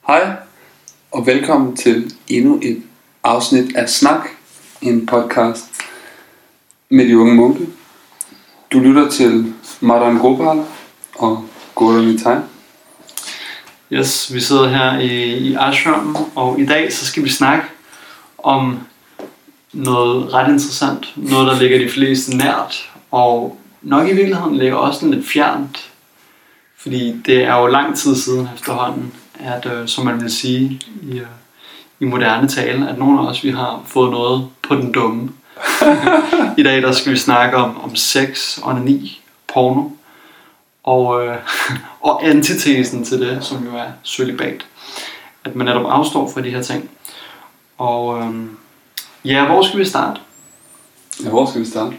Hej og velkommen til endnu et afsnit af Snak, en podcast med de unge munke. Du lytter til Madan Gopal og Gordon Nitai. Yes, vi sidder her i ashrammen, og i dag så skal vi snakke om noget ret interessant. Noget, der ligger de fleste nært, og nok i virkeligheden ligger også lidt fjernt. Fordi det er jo lang tid siden efterhånden, at som man vil sige i moderne tale, at nogle af os vi har fået noget på den dumme. I dag der skal vi snakke om sex, onani, porno og antitesen til det, som jo er cølibat. At man netop afstår fra de her ting. Og hvor skal vi starte? Ja, hvor skal vi starte?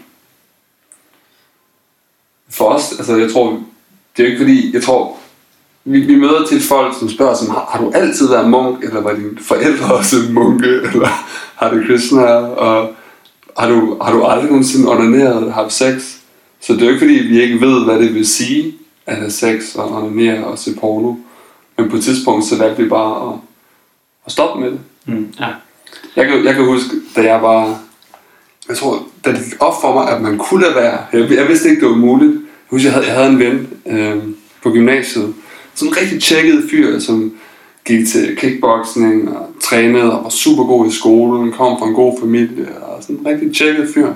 For os, altså jeg tror, det er jo ikke fordi, jeg tror, vi møder til folk, som spørger som, har du altid været munk, eller var dine forældre også munke, eller har du Krishna, og har du aldrig nogensinde onaneret eller haft sex? Så det er jo ikke fordi, vi ikke ved, hvad det vil sige at have sex og onanere og se porno. Men på et tidspunkt, så valgte vi bare at stoppe med det. Ja. Jeg kan huske, da jeg var, jeg tror, da det gik op for mig, at man kunne lade være. Jeg vidste ikke, det var muligt. Jeg husker, jeg havde en ven på gymnasiet, sådan en rigtig tjekket fyr, som gik til kickboxing og trænede og var super god i skolen, kom fra en god familie og sådan en rigtig tjekket fyr.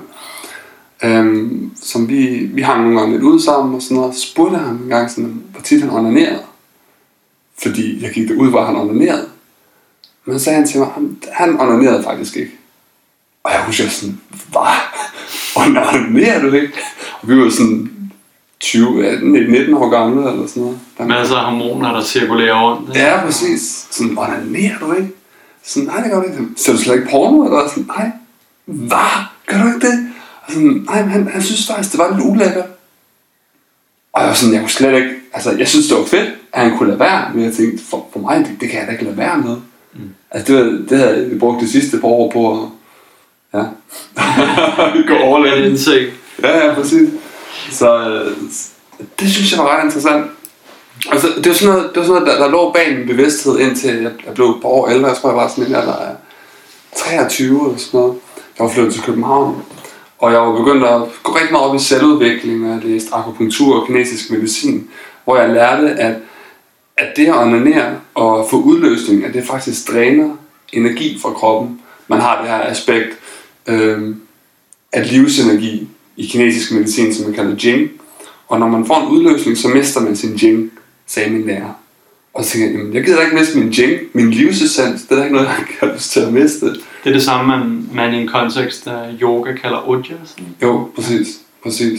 Som vi hang nogle gange lidt ud sammen og sådan noget. Så spurgte jeg ham en gang sådan, hvor tit han onanerede. Fordi jeg gik derud, hvor han onanerede. Men så sagde han til mig, han onanerede faktisk ikke. Og jeg husker sådan, hvad? Onanerer du ikke? Og vi var sådan 19 år gamle eller sådan noget. Masser af hormoner, der cirkulerer rundt. Ja, præcis. Sådan, onanerer du ikke? Sådan, nej, det gør du ikke. Ser du slet ikke porno? Eller sådan, nej. Hvad? Gør du ikke det? Og sådan, nej, men han synes faktisk, det var lidt ulækkert. Og jeg var sådan, jeg kunne slet ikke, altså jeg synes det var fedt, at han kunne lade være. Men jeg tænkte, for mig, det kan jeg da ikke lade være med. Altså det havde jeg brugt det sidste par år på at, gå all in. Ja, præcis. Så det synes jeg var ret interessant. Altså, det var sådan noget der lå bag min bevidsthed, indtil jeg blev på år 11. Jeg tror, jeg var sådan en alder af 23 eller sådan noget. Jeg var flyttet til København. Og jeg var begyndt at gå rigtig meget op i selvudvikling, og jeg læste akupunktur og kinesisk medicin, hvor jeg lærte, at det at onanere og få udløsning, at det faktisk dræner energi fra kroppen. Man har det her aspekt af livsenergi i kinesisk medicin, som man kalder jing. Og når man får en udløsning, så mister man sin jing, sagde min lærer. Og så tænkte jeg gider da ikke miste min jing, min livsessens, det er da ikke noget, jeg har lyst til at miste. Det er det samme, man i en kontekst af yoga kalder ujja. Jo, præcis.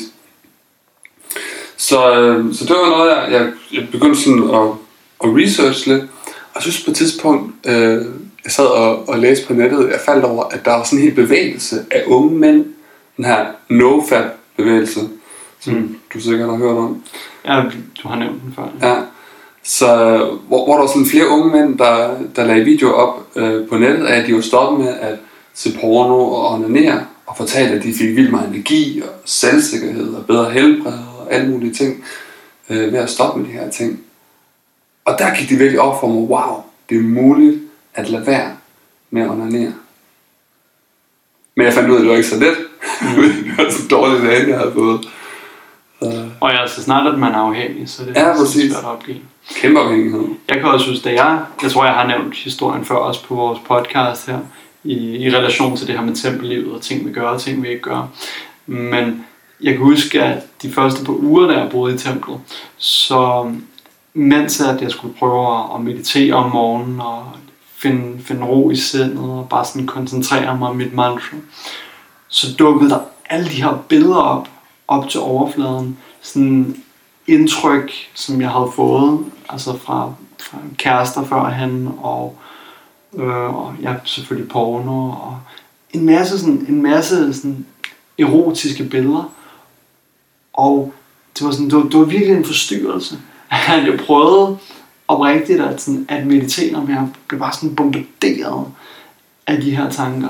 Så det var noget, jeg begyndte sådan at researche lidt. Og jeg synes på et tidspunkt, jeg sad og læste på nettet, jeg faldt over, at der var sådan en hel bevægelse af unge mænd, den her no-fat bevægelse, som du sikkert har hørt om. Ja, du har nævnt den før. Ja, så hvor der var sådan flere unge mænd, der lagde videoer op på nettet af, at de var stoppet med at se porno og onanere, og fortalte, at de fik vildt meget energi og selvsikkerhed og bedre helbred og alle mulige ting ved at stoppe med de her ting. Og der gik de virkelig op for mig, wow, det er muligt at lade være med at onanere. Men jeg fandt ud af, at det var ikke så let. Det var så dårligt af, jeg havde fået. Så. Og ja, så snart at man er afhængig, så det er svært at opgive. Kæmpe afhængighed. Jeg kan også synes, at jeg tror, jeg har nævnt historien før også på vores podcast her, i relation til det her med tempellivet og ting vi gør og ting vi ikke gør. Men jeg kan huske, at de første par uger, da jeg boede i templet, så mens at jeg skulle prøve at meditere om morgenen og finde ro i sindet og bare sådan koncentrere mig om mit mantra, så dukkede der alle de her billeder op til overfladen. Sådan indtryk, som jeg havde fået, altså fra kærester førhen, og ja, selvfølgelig porno, og en masse sådan erotiske billeder. Og det var virkelig en forstyrrelse. Jeg prøvede oprigtigt at meditere, men jeg blev bare sådan bombarderet af de her tanker.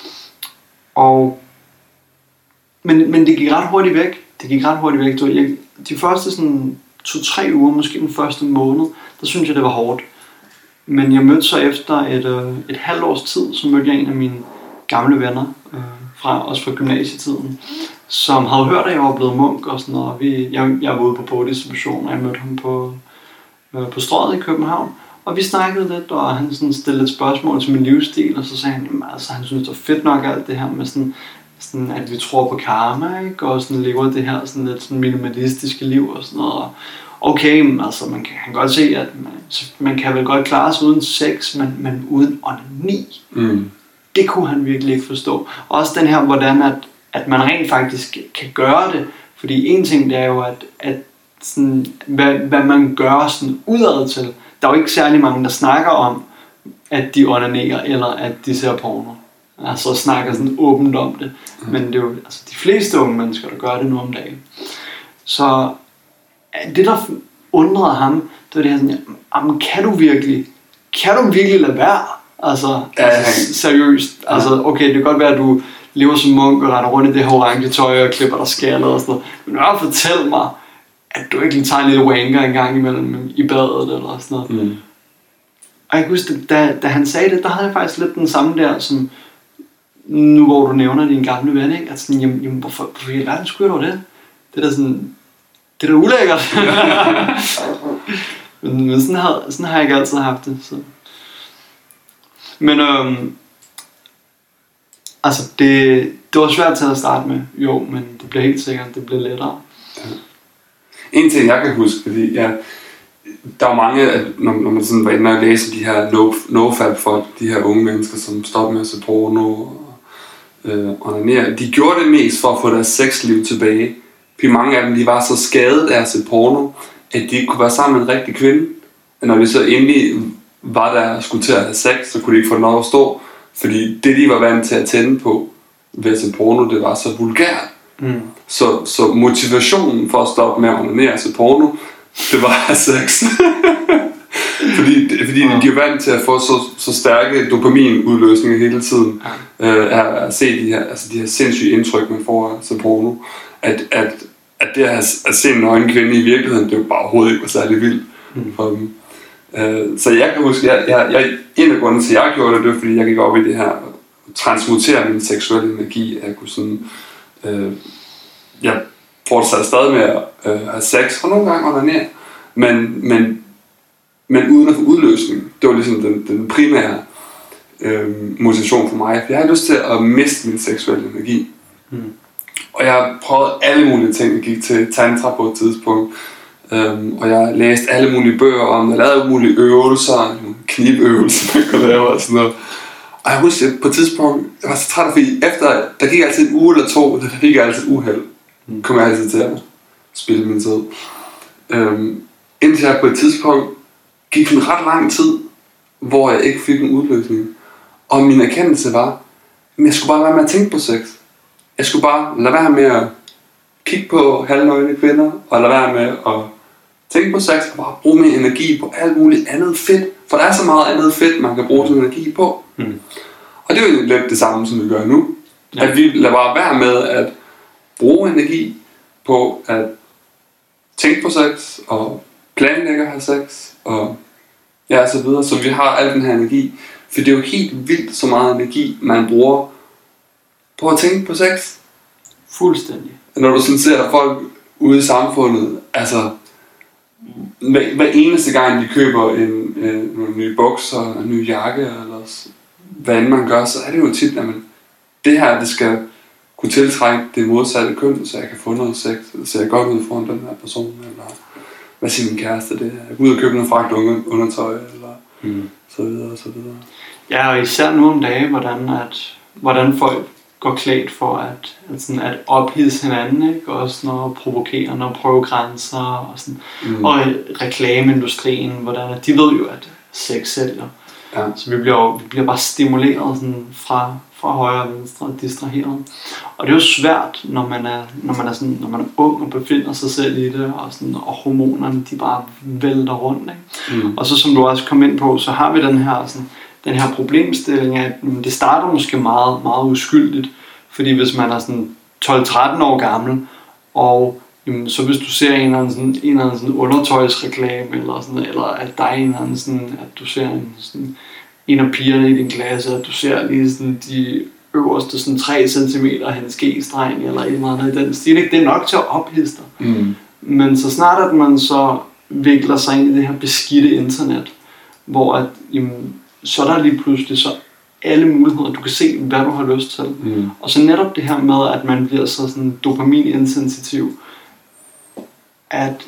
Men det gik ret hurtigt væk. De første sådan 2-3 uger, måske den første måned, der synes jeg, det var hårdt. Men jeg mødte så efter et halvt års tid, så mødte jeg en af mine gamle venner, også fra gymnasietiden, som havde hørt, at jeg var blevet munk og sådan noget. Jeg var ude på bogdistribution, og jeg mødte ham på Strøget i København. Og vi snakkede lidt, og han sådan stillede et spørgsmål til min livsstil, og så sagde han, altså han synes det var fedt nok alt det her med sådan at vi tror på karma, ikke? Og sådan lever det her sådan lidt sådan minimalistiske liv og sådan noget. Okay, men altså man kan godt se, at man kan vel godt klare sig uden sex, men uden onani. Det kunne han virkelig ikke forstå. Også den her, hvordan at man rent faktisk kan gøre det. Fordi en ting, det er jo, at sådan, hvad man gør sådan udad til. Der er jo ikke særlig mange, der snakker om, at de onanerer, eller at de ser porno. Altså snakker sådan åbent om det. Men det er jo altså, de fleste unge mennesker, der gør det nu om dagen. Så det, der undrede ham, det var det her sådan, kan du virkelig lade være? Altså seriøst. Altså, okay, det kan godt være, at du lever som munk og render rundt i det her orange tøj og klipper dig skaldet og sådan noget. Men fortæl mig, at du ikke lige tager en lille wanker en gang imellem i badet eller sådan noget. Og jeg kan huske, da han sagde det, der havde jeg faktisk lidt den samme der, som nu hvor du nævner din gamle ven, ikke? At sådan, jamen hvorfor i verden skulle du det? Det er da sådan, det er da ulækkert. men sådan har jeg ikke altid haft det. Så. Men altså det var svært til at starte med, jo, men det bliver helt sikkert, det bliver lettere. Ja. En ting jeg kan huske, fordi der er mange, når man sådan var inde og læse de her nofap-folk, de her unge mennesker, som stopper med at se porno og onanere, de gjorde det mest for at få deres sexliv tilbage. Fordi mange af dem, de var så skadet af at se porno, at de ikke kunne være sammen med en rigtig kvinde. Og når de så endelig var der og skulle til at have sex, så kunne de ikke få noget at stå. Fordi det, de var vant til at tænde på ved at se porno, det var så vulgært. Så motivationen for at stoppe med at onanere og se porno, det var at have sex. fordi de er vant til at få så stærke dopaminudløsninger hele tiden. At se de her sindssyge indtryk, man får af at se porno. At det at se en nøgen kvinde i virkeligheden, det var bare overhovedet ikke særlig vildt for dem. Så jeg kan huske, en af grunden til, at jeg gjorde det, det var, fordi jeg gik op i det her transmutere min seksuelle energi. Jeg kunne sådan, jeg fortsatte stadig med at have sex, og nogle gange onanere, men uden at få udløsning. Det var ligesom den primære motivation for mig, for jeg havde lyst til at miste min seksuelle energi. Og jeg prøvede alle mulige ting. Jeg gik til tantra på et tidspunkt, og jeg læste alle mulige bøger om, jeg lavede alle mulige øvelser, knibøvelser man kunne lave og sådan noget. Og jeg husker, på et tidspunkt, jeg var så træt, fordi efter, der gik altid en uge eller to, der fik jeg altid uheld. Kom jeg altid til at spille min tid. Indtil jeg på et tidspunkt gik en ret lang tid, hvor jeg ikke fik en udløsning. Og min erkendelse var, at jeg skulle bare være med at tænke på sex. Jeg skulle bare lade være med at kigge på halvnøgne kvinder, og lade være med at tænke på sex, og bare bruge min energi på alt muligt andet fedt. For der er så meget andet fedt, man kan bruge sin energi på. Og det er jo lidt det samme, som vi gør nu. Ja. At vi lader bare være med at bruge energi på at tænke på sex, og planlægge at have sex, og så videre. Så vi har al den her energi. For det er jo helt vildt så meget energi, man bruger på at tænke på sex. Fuldstændig. Når du sådan ser folk ude i samfundet, altså hver eneste gang de køber nogle nye bukser, en ny jakke, eller hvad end man gør, så er det jo tit, at det her, det skal kunne tiltrække det modsatte køn, så jeg kan få noget sex, så jeg godt ud foran den her person, eller hvad siger min kæreste, det er, jeg går ud og køber noget fragt undertøj, eller så videre, og så videre. Ja, og især nu om dagen, hvordan folk går klædt for at ophidse hinanden, ikke? Også noget provokerende og prøve grænser og sådan. Og reklameindustrien, hvordan de ved jo, at sex sælger. Ja. Så vi bliver bare stimuleret sådan fra højre og venstre og distraheret. Og det er jo svært, når man er ung og befinder sig selv i det, og hormonerne de bare vælter rundt, ikke? Og så som du også kom ind på, så har vi den her problemstilling af, at det starter måske meget, meget uskyldigt. Fordi hvis man er sådan 12-13 år gammel, og jamen, så hvis du ser en eller anden sådan undertøjsreklame, eller at der er en eller anden sådan, at du ser en af pigerne i din klasse, at du ser lige sådan de øverste sådan 3 cm af hendes g-streng, eller et eller andet i den stil, ikke? Det er nok til at ophidse dig. Men så snart at man så vikler sig ind i det her beskidte internet, hvor at, jamen, så er der lige pludselig så alle muligheder, du kan se, hvad du har lyst til. Og så netop det her med, at man bliver så sådan dopamin-insensitiv, at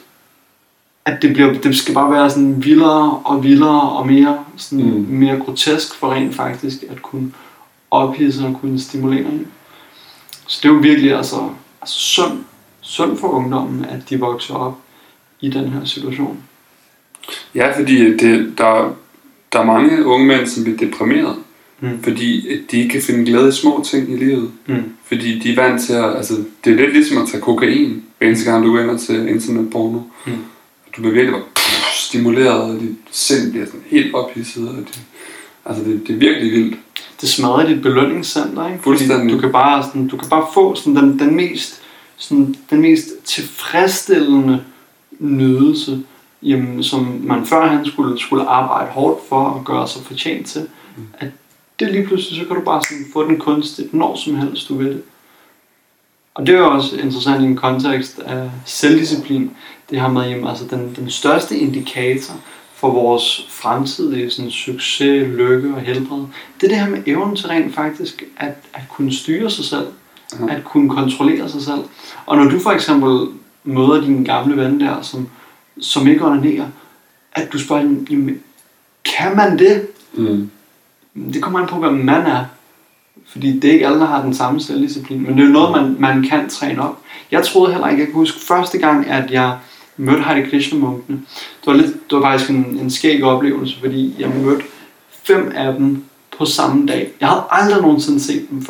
det skal bare være sådan vildere og mere, sådan mere grotesk for rent faktisk at kunne ophidse og kunne stimulere en. Så det er jo virkelig altså synd for ungdommen, at de vokser op i den her situation. Ja, fordi der er mange unge mænd, som bliver deprimeret, fordi de ikke kan finde glæde i små ting i livet. Fordi de er vant til at, altså det er lidt ligesom at tage kokain, hver eneste gang du går ind til internetporno. Du bliver virkelig bare stimuleret, og dit sind bliver sådan helt ophidset, og det er virkelig vildt. Det smadrer dit belønningscenter, ikke? Fuldstændig. Du kan bare få sådan den mest tilfredsstillende nydelse, jamen, som man førhen skulle arbejde hårdt for at gøre sig fortjent til. At det lige pludselig, så kan du bare sådan få den kunstigt, når som helst du vil det. Og det er jo også interessant i en kontekst af selvdisciplin. Det her med, jamen, altså den største indikator for vores fremtidige sådan, succes, lykke og helbred, det er det her med evnen til rent faktisk at kunne styre sig selv, at kunne kontrollere sig selv. Og når du for eksempel møder din gamle ven der, som ikke onanerer, at du spørger, jamen, kan man det? Det kommer an på, hvad man er. Fordi det er ikke alle, der har den samme selvdisciplin. Men det er jo noget, man kan træne op. Jeg troede heller ikke, jeg kan huske første gang, at jeg mødte Hare Krishna-munkene. Det var faktisk en skæg oplevelse, fordi jeg mødte 5 af dem på samme dag. Jeg havde aldrig nogensinde set dem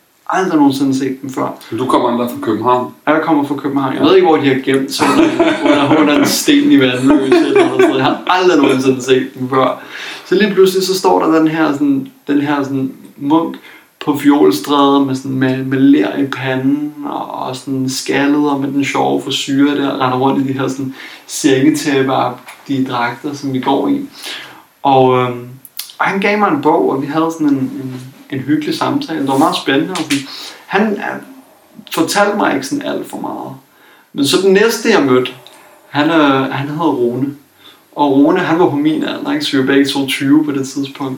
før. Du kommer endda fra København? Ja, jeg kommer fra København. Jeg ved ikke, hvor de har gemt sig under en sten i Vandløse. Jeg har aldrig nogensinde set dem før. Så lige pludselig så står der den her munk på Fjolstræde med ler i panden og sådan skaldet og med den sjove frisyre der, render rundt i de her sådan sengetæppe-agtige dragter, som vi går i. Og han gav mig en bog, og vi havde sådan en hyggelig samtale. Det var meget spændende. Og sådan. Han fortalte mig ikke sådan alt for meget. Men så den næste, jeg mødte, han hed Rune. Og Rune, han var på min alder, ikke? Så vi var begge 20 på det tidspunkt.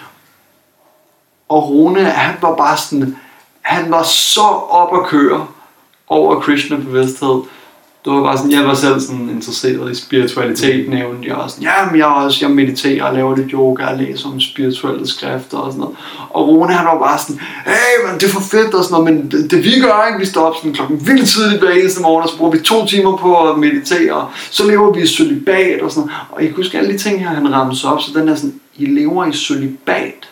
Og Rune, han var bare sådan, han var så op at køre over Krishna-bevidsthed. Det var bare sådan, jeg var selv sådan interesseret i spiritualitet, nævnte jeg også. Jamen, jeg mediterer og laver lidt yoga og læser om spirituelle skrifter og sådan noget. Og Rune, han var bare sådan, hey, man, det er for fedt og sådan noget, men det vi gør, ikke? Vi står op sådan klokken vildt tidligt hver eneste morgen, og så bruger vi 2 timer på at meditere, og så lever vi i cølibat og sådan noget. Og jeg kan huske alle de ting her, han ramte op, så den er sådan, I lever i cølibat.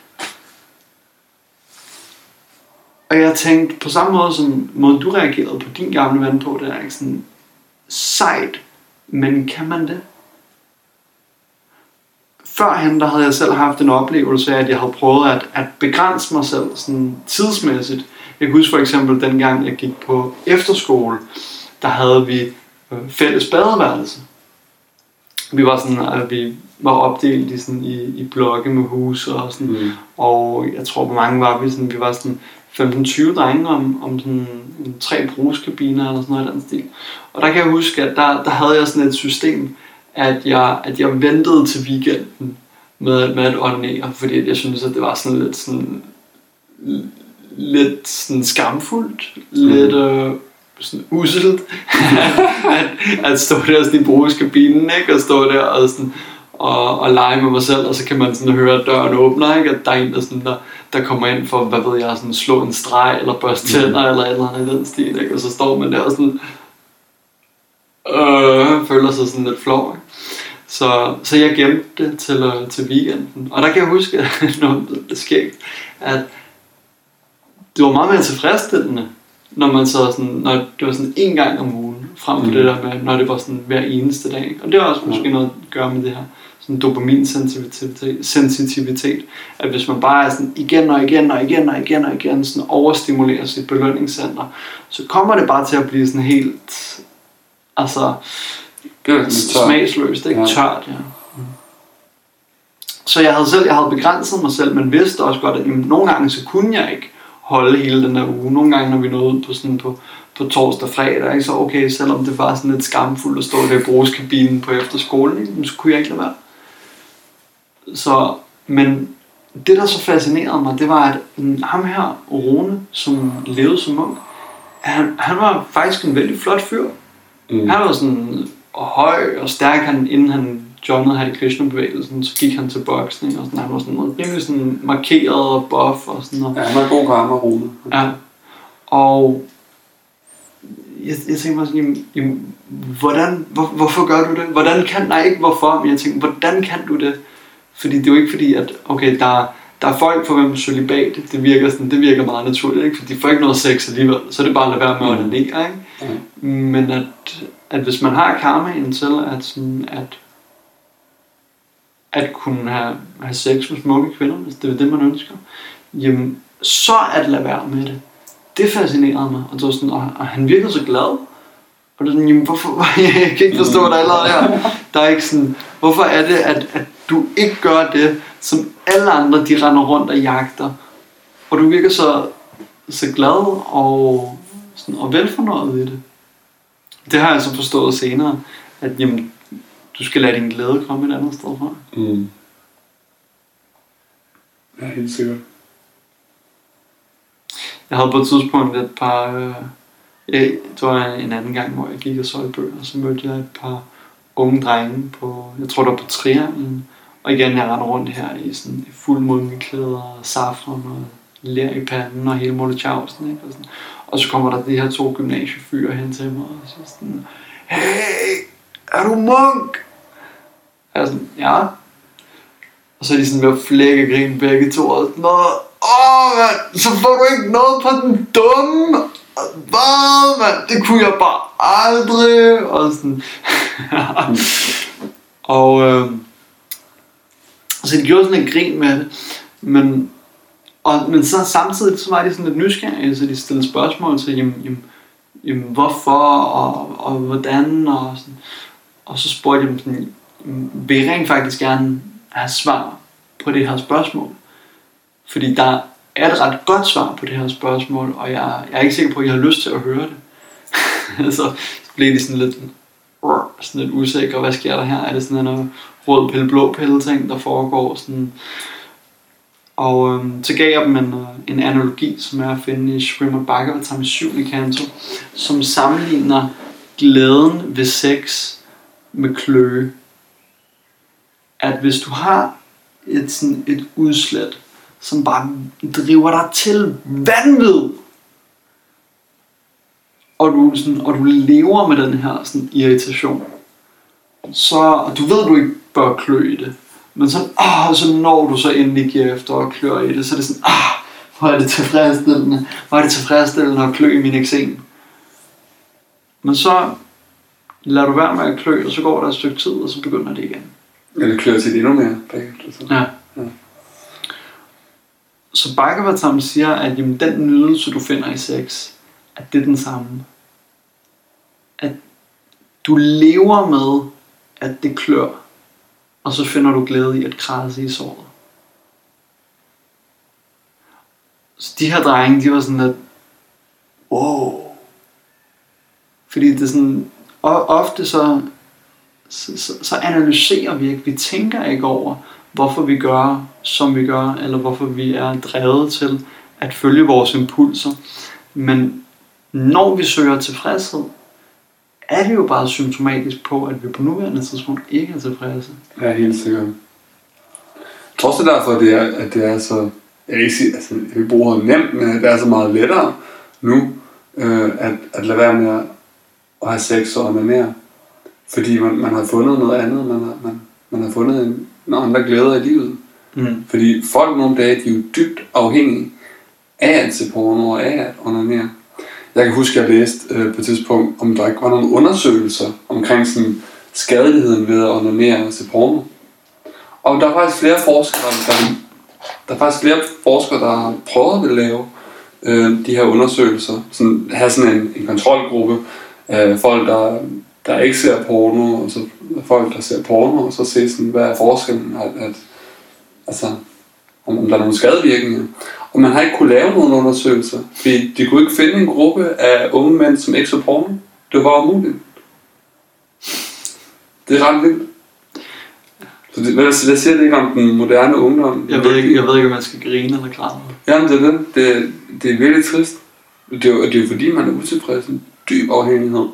Og jeg tænkte, på samme måde som måden du reagerede på din gamle ven på, det er ikke sådan sejt, men kan man det? Førhen, der havde jeg selv haft en oplevelse af, at jeg havde prøvet at begrænse mig selv sådan tidsmæssigt. Jeg kan huske for eksempel, dengang jeg gik på efterskole, der havde vi fælles badeværelse. Vi var sådan, at vi var opdelt i blokke med huse og sådan, og jeg tror, hvor mange var vi sådan, vi var sådan 15-20 drenge om sådan 3 brugskabiner eller sådan noget i den stil. Og der kan jeg huske, at der havde jeg sådan et system, at jeg ventede til weekenden med at onanere, fordi jeg synes, at det var sådan lidt sådan skamfuldt, lidt sådan uselt, at stå der sådan i brugskabinen, ikke, og stå der og sådan og lege med mig selv, og så kan man sådan høre, at døren åbner, ikke? At der er en, der kommer ind for, hvad ved jeg, sådan slå en streg, eller børste tænder, eller et eller andet i den stil, ikke? Og så står man der og sådan, føler sig sådan lidt flov, ikke? Så jeg gemte det til weekenden, og der kan jeg huske, noget skægt, at det var meget mere tilfredsstillende, når man så sådan, når det var sådan 1 gang om ugen, frem for det der med, når det var sådan hver eneste dag. Og det er også måske noget at gøre med det her sådan dopaminsensitivitet, at hvis man bare er sådan igen sådan overstimulerer sit belønningscenter, så kommer det bare til at blive sådan helt Altså, Det er lidt tørt. smagsløst, ikke? Ja. Tørt, ja. Så jeg havde begrænset mig selv, men vidste også godt, at nogle gange så kunne jeg ikke holde hele den der uge. Nogle gange, når vi nåede ud på sådan på torsdag og fredag, ikke? Så okay, selvom det var sådan lidt skamfuldt at stå der i brugskabinen på efterskolen, ikke? Så kunne jeg ikke lade være. Så, men det der så fascinerede mig, det var, at ham her, Rune, som levede som munk, han var faktisk en vældig flot fyr. Han var sådan høj og stærk, inden han joinede Hare Krishna-bevægelsen, så gik han til boksning og sådan. Han var sådan rimelig sådan markeret og buff og sådan noget. Ja, han var god karma, Rune. Ja. Og jeg tænkte mig sådan, jamen, hvorfor gør du det? Ikke hvorfor, men jeg tænkte, hvordan kan du det? Fordi det er jo ikke fordi, at okay, der er folk for hvem cølibat, det virker meget naturligt, ikke? For de får ikke noget sex alligevel, så er det bare at lade være med at onanere, ikke? Men at hvis man har karmaen til at kunne have sex med smukke kvinder, hvis det er det, man ønsker, jamen, så at lade være med det. Det fascinerede mig, og det var sådan, og han virkede så glad. Og det er sådan, jamen, hvorfor? Jeg kan ikke forstå det allerede her. Der er ikke sådan, hvorfor er det, at du ikke gør det, som alle andre, de render rundt og jagter, og du virker så glad og velfornøjet ved det. Det har jeg så forstået senere, at jamen, du skal lade din glæde komme et andet sted fra. Ja, helt sikkert. Jeg havde på et tidspunkt et par... det var en anden gang, hvor jeg gik og solgte bøger, og så mødte jeg et par unge drenge på... Jeg tror, det var på Trianglen. Og igen, jeg render rundt her i sådan fuld munkeklæder og safran og ler i panden og hele molotjavsen, ikke? Og så kommer der de her 2 gymnasiefyre hen til mig og så sådan, hey, er du munk? Og jeg er sådan, ja. Og så er de sådan ved at flække grin begge to og sådan noget, man, så får du ikke noget på den dumme. Hvad, man, det kunne jeg bare aldrig. Og sådan. Så de gjorde sådan en grin med det. Men så samtidig så var de sådan lidt nysgerrige, så de stillede spørgsmål til, jamen hvorfor og hvordan og sådan. Og så spurgte jeg dem sådan, vil I rent faktisk gerne have svar på det her spørgsmål? Fordi der er et ret godt svar på det her spørgsmål, og jeg er ikke sikker på, at jeg har lyst til at høre det. Så blev de sådan lidt usikre, hvad sker der her? Er det sådan en rød pille, blå pille ting, der foregår? Sådan. Og så gav jeg dem en analogi, som er at finde i Srimad Bhagavatam i 7. kanto, som sammenligner glæden ved sex med kløe. At hvis du har et udslæt, som bare driver dig til vanvid, og du lever med den her sådan irritation, så du ved, du ikke bør klø i det, men så når du så endelig giver efter og klør i det, så er det sådan, hvor er det tilfredsstillende at klø i min eksem. Men så lader du være med at klø, og så går der et stykke tid, og så begynder det igen. Ja, det klør til endnu mere bagefter. Ja. Så Bhagavatam siger, at jamen, den nydelse, du finder i sex, at det er den samme. At du lever med, at det klør, og så finder du glæde i at kradse i såret. Så de her drenge, de var sådan lidt, wow. Fordi det er sådan, ofte så analyserer vi ikke, vi tænker ikke over, hvorfor vi gør, som vi gør, eller hvorfor vi er drevet til at følge vores impulser. Men når vi søger tilfredshed, er det jo bare symptomatisk på, at vi på nuværende tidspunkt ikke er tilfredse. Ja, helt sikkert. Jeg tror også derfor, at det er så... Jeg vil ikke sige, altså, jeg vil bruge det nemt, men det er så meget lettere nu, at lade være med at have sex og onanere. Fordi man har fundet noget andet, man har fundet nogle andre glæder i livet. Fordi folk nogle dage, de er jo dybt afhængige af at se porno og af at onanere. Jeg kan huske, at jeg læste på et tidspunkt, om der ikke var nogle undersøgelser omkring sådan skadeligheden ved at onanere og se porno. Og der er faktisk flere forskere, der har prøvet at lave de her undersøgelser. Sådan, have sådan en kontrolgruppe af folk, der der ikke ser porno, og så folk, der ser porno, og så se sådan, hvad er forskellen, altså, om der er nogle skadevirkninger. Og man har ikke kunne lave nogen undersøgelser, fordi de kunne ikke finde en gruppe af unge mænd, som ikke så porno. Det var umuligt. Det er ret vildt. Så hvad siger det ikke om den moderne ungdom? Jeg ved ikke, om man skal grine eller græde. Jamen det er det. Det er virkelig trist. Det er jo fordi, man er utilfreds. En dyb afhængighed.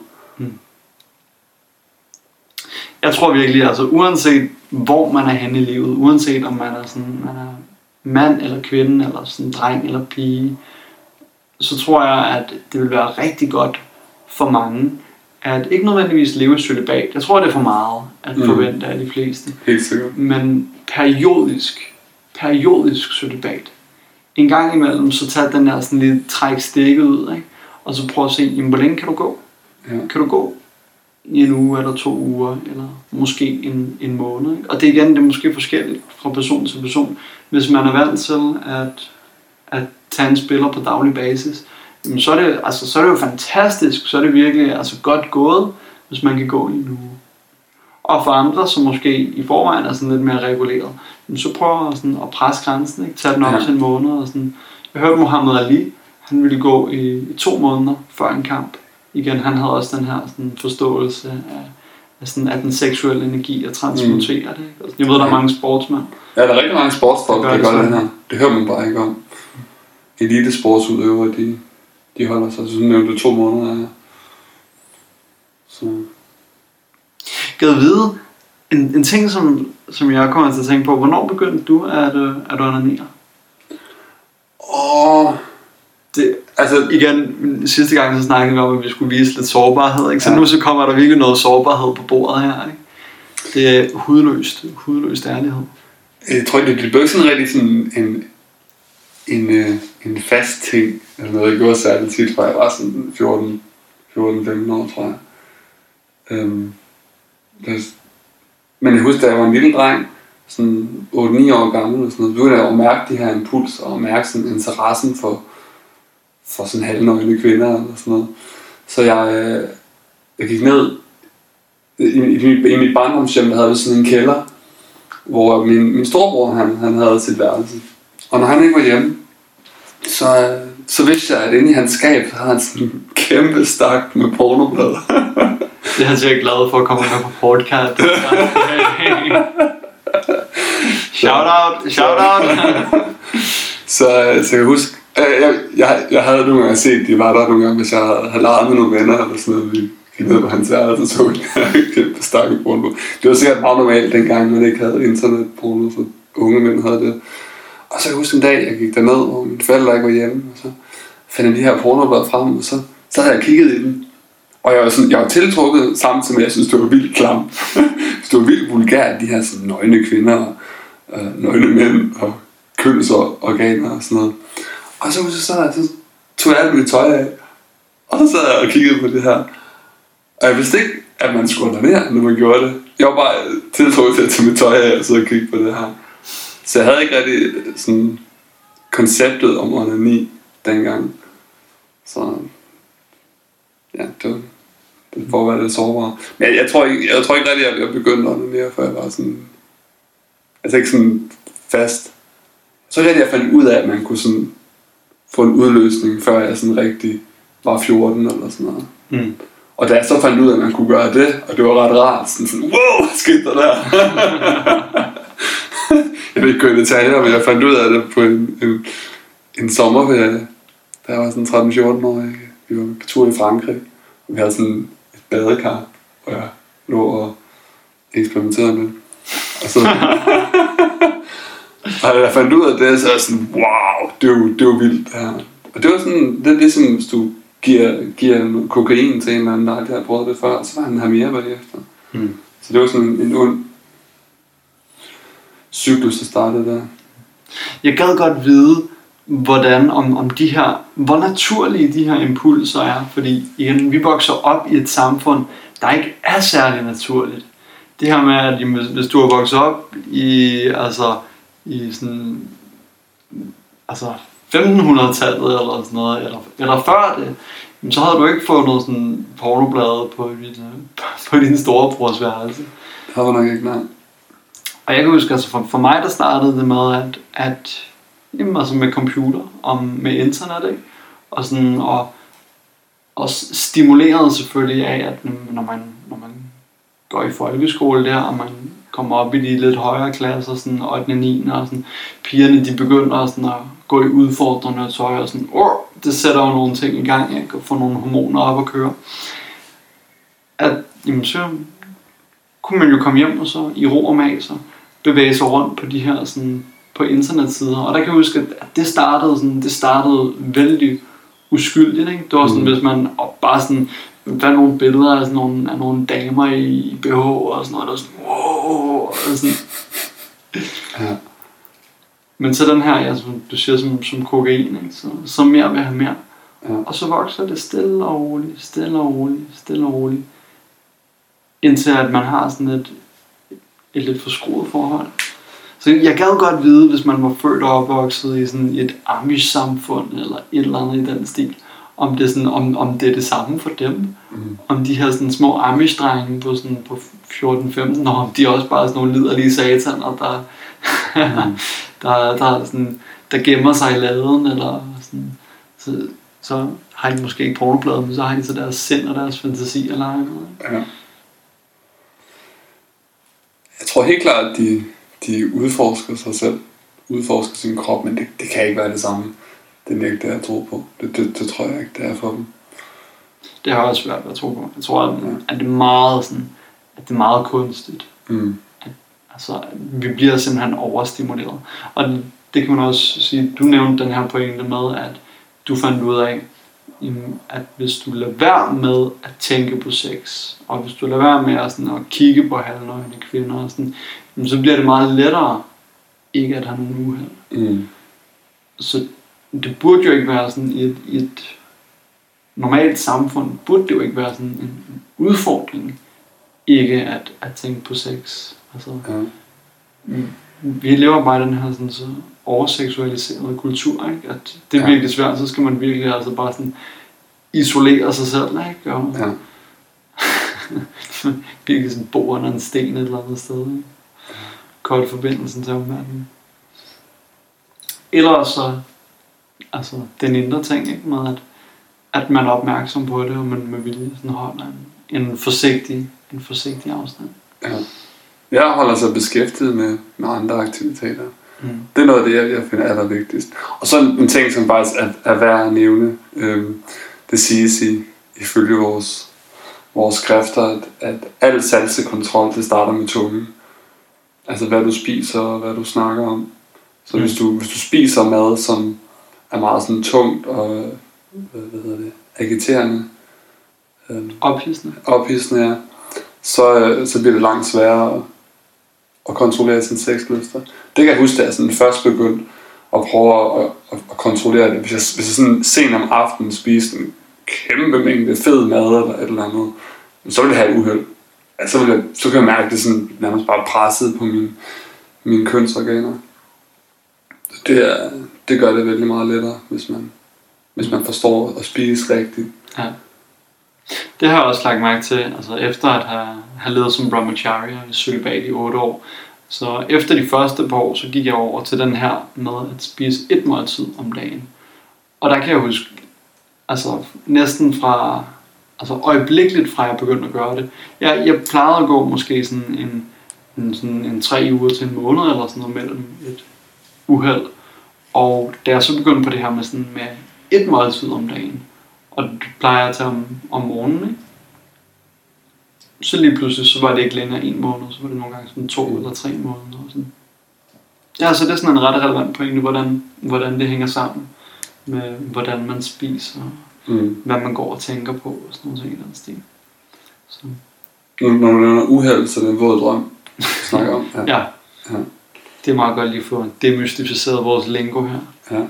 Jeg tror virkelig, altså uanset hvor man er henne i livet, uanset om man er sådan, man er mand eller kvinde, eller sådan dreng eller pige, så tror jeg, at det vil være rigtig godt for mange, at ikke nødvendigvis leve i cølibat. Jeg tror, det er for meget at forvente af de fleste. Helt sikkert. Men periodisk cølibat. En gang imellem, så tager den her sådan lidt træk stikket ud, ikke? Og så prøv at se, jamen, hvor længe kan du gå? Ja. Kan du gå i en uge eller 2 uger, eller måske en måned, ikke? Og det er måske forskelligt fra person til person. Hvis man er vant til at tage en spiller på daglig basis, så er det jo fantastisk, så er det virkelig godt gået, hvis man kan gå i en uge. Og for andre, som måske i forvejen er sådan lidt mere reguleret, så prøver at presse grænsen, ikke? Tage den op til en måned. Og sådan. Jeg hørte Muhammad Ali, han ville gå i 2 måneder før en kamp. Igen, han havde også den her sådan, forståelse af den seksuelle energi og transmutere det. Ikke? Jeg ved, der er mange sportsmænd. Ja, der er rigtig mange sportsfolk, der gør det her. Det hører man bare ikke om. Elitesportsudøvere, de holder sig sådan nævnt 2 måneder. Så. Gad vide, en ting, som jeg kommer til at tænke på, hvornår begyndte du at onanere? Igen, sidste gang så snakkede vi om, at vi skulle vise lidt sårbarhed, ikke? Så nu så kommer der virkelig noget sårbarhed på bordet her, ikke? Det er hudløst ærlighed. Jeg tror ikke, det blev ikke sådan rigtig sådan en fast ting, eller noget, jeg gjorde særligt tit, fra jeg var sådan 14-15 år, tror jeg. Men jeg husker, da jeg var en lille dreng, sådan 8-9 år gammel, og sådan noget, begyndte jeg at mærke de her impulser, og mærke sådan interessen for sådan halvnøgne kvinder, eller sådan noget. Så jeg gik ned i mit barndomshjem, der havde sådan en kælder, hvor min storebror, han havde sit værelse. Og når han ikke var hjemme, så vidste jeg, at inde i hans skab, havde han sådan en kæmpe stak med pornoblader. Det er jeg glad for at komme med på podcast. Shout out. Så jeg kan huske, jeg havde nogle gange set, de var der nogle gange, hvis jeg havde leget med nogle venner eller sådan noget, vi gik ned på hans værelse, så jeg kæmpe stak med porno. Det var sikkert meget normalt dengang, man ikke havde internetporno, så unge mænd havde det. Og så kan jeg huske en dag, jeg gik derned, hvor mine forældre ikke var hjemme, og så fandt jeg de her pornoblader frem, og så havde jeg kigget i dem. Og jeg var tiltrukket samtidig med, at jeg synes, det var vildt klam. Det var vildt vulgært, de her sådan nøgne kvinder, nøgne mænd og kønsorganer og sådan noget. Og så tog jeg alt mit tøj af, og så sad jeg og kiggede på det her. Og jeg vidste ikke, at man skulle onanere, når man gjorde det. Jeg var bare tiltrukket til at tage mit tøj af og så kigge på det her. Så jeg havde ikke rigtig sådan konceptet om onani dengang. Så ja, det får at være lidt sårbare. Men jeg tror ikke rigtig, at jeg begyndte at onanere, før jeg var sådan, altså ikke sådan fast. Jeg tror rigtig, at jeg fandt ud af, at man kunne sådan få en udløsning, før jeg sådan rigtig var 14 eller sådan noget. Og da jeg så fandt ud af, at man kunne gøre det, og det var ret rart, sådan wow, hvad skete der der? Jeg vil ikke gå i detaljer, men jeg fandt ud af det på en sommerferie, da jeg var sådan 13-14 år. Vi var på tur i Frankrig, og vi havde sådan et badekar, hvor jeg lå og eksperimenterede med. Og så og da jeg fandt ud af det, så var jeg sådan, wow, det var vildt det her. Og det var sådan, det er ligesom, hvis du giver kokain til en eller anden, der aldrig har prøvet det før, så var han her mere bagefter. Så det var sådan en ond cyklus, der startede der. Jeg gad godt vide, hvordan, om de her, hvor naturlige de her impulser er, fordi igen, vi vokser op i et samfund, der ikke er særlig naturligt. Det her med, at hvis du har vokset op i sådan 1500-tallet eller sådan noget, eller før det, Men så havde du ikke fundet sådan pornoblade på din storebrors værelse. Det var nok ikke, nej. Og jeg kan huske, altså for mig der startede det med, at jamen, altså med computer og med internet, ikke? Og sådan, og stimuleret selvfølgelig af, at når man går i folkeskole der, og man kommer op i de lidt højere klasser, sådan 8. og 9. og sådan, pigerne de begynder sådan at gå i udfordrende tøj, og sådan, det sætter jo nogle ting i gang, ikke? Og får nogle hormoner op at køre. At, jamen så kunne man jo komme hjem og så i ro og mag, så bevæge sig rundt på de her sådan, på internetsider, og der kan jeg huske, at det startede vældig uskyldigt, ikke? Det var sådan, hvis man bare sådan fandt nogle billeder af sådan nogle damer i BH og sådan noget, der var sådan, wow, og sådan. Ja. Men så den her, altså, du siger som kokain, ikke? Så mere vil have mere. Ja. Og så vokser det stille og roligt, indtil at man har sådan et lidt forskruet forhold. Så jeg gad godt vide, hvis man var født og opvokset i sådan et Amish-samfund eller et eller andet i den stil, om det er sådan, om det er det samme for dem. Om de her sådan små Amish-drenge på 14-15 år, om de også bare er sådan nogle liderlige sataner, der sådan, der gemmer sig i laden, eller sådan, så har de måske ikke pornobladet, men så har de så deres sind og deres fantasi eller noget. Ja. Jeg tror helt klart, at de udforsker sig selv, udforsker sin krop, men det kan ikke være det samme. Det nægter jeg at tro på. Det tror jeg ikke, det er for dem. Det har også svært at tro på. Jeg tror, at det er meget sådan, at det er meget kunstigt. At vi bliver simpelthen overstimuleret. Og det kan man også sige, du nævnte den her pointe med, at du fandt ud af, at hvis du lader være med at tænke på sex, og hvis du lader være med at kigge på halvnøgne kvinder, og sådan, så bliver det meget lettere ikke at have nogen uheld. Så det burde jo ikke være sådan i et normalt samfund, burde det jo ikke være sådan en udfordring ikke at tænke på sex. Altså, vi lever bare i den her sådan, så overseksualiserede kultur, ikke? At det er virkelig svært, så skal man virkelig altså bare sådan isolere sig selv, ikke? Og virkelig sådan bo under en sten et eller andet sted, ikke? Kold forbindelsen til omverdenen. Eller så altså den indre ting, ikke? Med at man er opmærksom på det, og man med vilje sådan holder en forsigtig afstand. Ja. Jeg holder sig beskæftiget med andre aktiviteter. Det er noget af det, jeg finder allervigtigst. Og så en ting, som faktisk er værd at nævne, det siges ifølge vores skrifter, at al sansekontrol, det starter med tungen. Altså hvad du spiser og hvad du snakker om. Så hvis du spiser mad, som er meget sådan tungt og agiterende, ophidsende, ja, så bliver det langt sværere at kontrollere sine sexlyster. Det kan jeg huske, da jeg sådan først begyndte at prøve at kontrollere det. Hvis jeg sådan sent om aftenen spiste en kæmpe mængde fed mad eller et eller andet, så ville jeg have et uheld. Altså, så kan jeg mærke, at det sådan nærmest bare presset på mine kønsorganer. Det gør det vældig meget lettere, hvis man forstår at spise rigtigt. Ja. Det har jeg også lagt mærke til, altså efter at have levet som brahmacharya i cølibat i 8 år. Så efter de første par år, så gik jeg over til den her med at spise 1 måltid om dagen. Og der kan jeg huske, altså næsten fra, altså øjeblikkeligt fra jeg begyndte at gøre det. Jeg plejede at gå måske sådan en 3 uger til en måned eller sådan noget mellem et uheld. Og da jeg så begyndte på det her med 1 måltid om dagen, og det plejer jeg at tage om morgenen, ikke? Så lige pludselig, så var det ikke længere 1 måned, så var det nogle gange sådan 2 eller 3 måneder. Og sådan. Ja, så det er sådan en ret relevant pointe, hvordan det hænger sammen med, hvordan man spiser, hvad man går og tænker på, og sådan noget i den stil. Så. Når du nævner uheld, så er det en våd drøm, du snakker om. Ja. Det er meget godt lige at få demystificeret vores lingo her. Ja.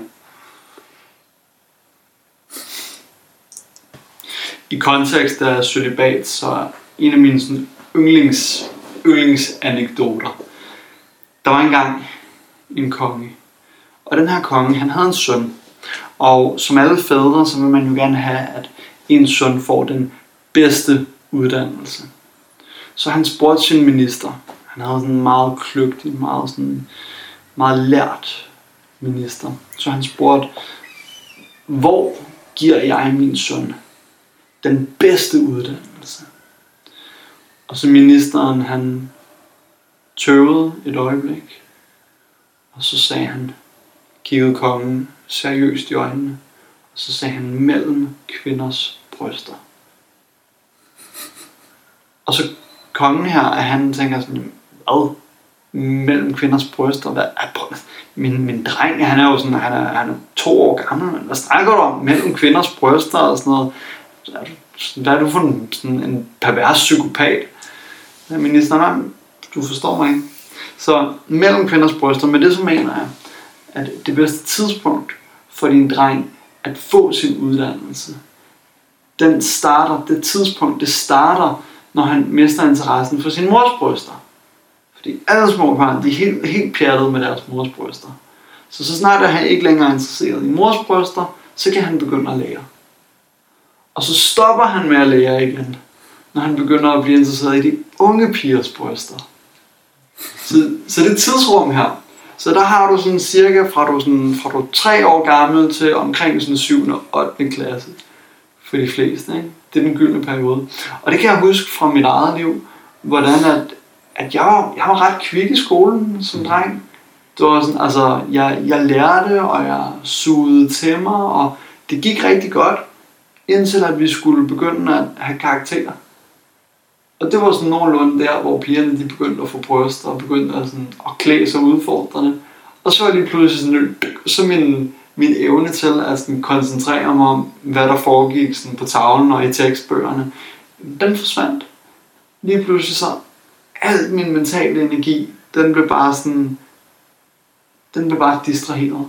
I kontekst af cølibat, så er en af mine sådan yndlingsanekdoter. Der var engang en konge, og den her konge, han havde en søn. Og som alle fædre, så vil man jo gerne have, ens søn får den bedste uddannelse. Så han spurgte sin minister. Han havde sådan en meget kløgtig, meget lært minister. Så han spurgte, hvor giver jeg min søn den bedste uddannelse? Og så ministeren, han tøvede et øjeblik, og så sagde han, kiggede kongen seriøst i øjnene, og så sagde han, mellem kvinders bryster. Og så kongen her, han tænker sådan, hvad? Mellem kvinders bryster? Hvad? Min dreng, han er jo sådan, han er 2 år gammel, men hvad snakker du om? Mellem kvinders bryster og sådan noget. Hvad er du for en pervers psykopat? Ministeren, du forstår mig ikke. Så mellem kvinders bryster, med det så mener jeg, at det bedste tidspunkt for din dreng at få sin uddannelse, det starter, når han mister interessen for sin mors bryster. Fordi alle små børn, de er helt pjattede med deres mors bryster. Så snart er han ikke længere interesseret i mors bryster, så kan han begynde at lære. Og så stopper han med at lære igen, når han begynder at blive interesseret i de unge pigers bryster. Så det tidsrum her. Så der har du sådan cirka fra du er 3 år gammel til omkring sådan 7. og 8. klasse. For de fleste, ikke? Det er den gyldne periode. Og det kan jeg huske fra mit eget liv, hvordan at jeg var ret kvik i skolen som dreng. Det var sådan, altså, jeg lærte, og jeg sugede til mig, og det gik rigtig godt, indtil at vi skulle begynde at have karakterer. Og det var sådan nogenlunde der, hvor pigerne de begyndte at få bryster, og begyndte at klæde sig udfordrende. Og så var lige pludselig sådan, så min evne til at sådan koncentrere mig om, hvad der foregik sådan på tavlen og i tekstbøgerne, den forsvandt. Lige pludselig så, al min mentale energi, den blev bare distraheret.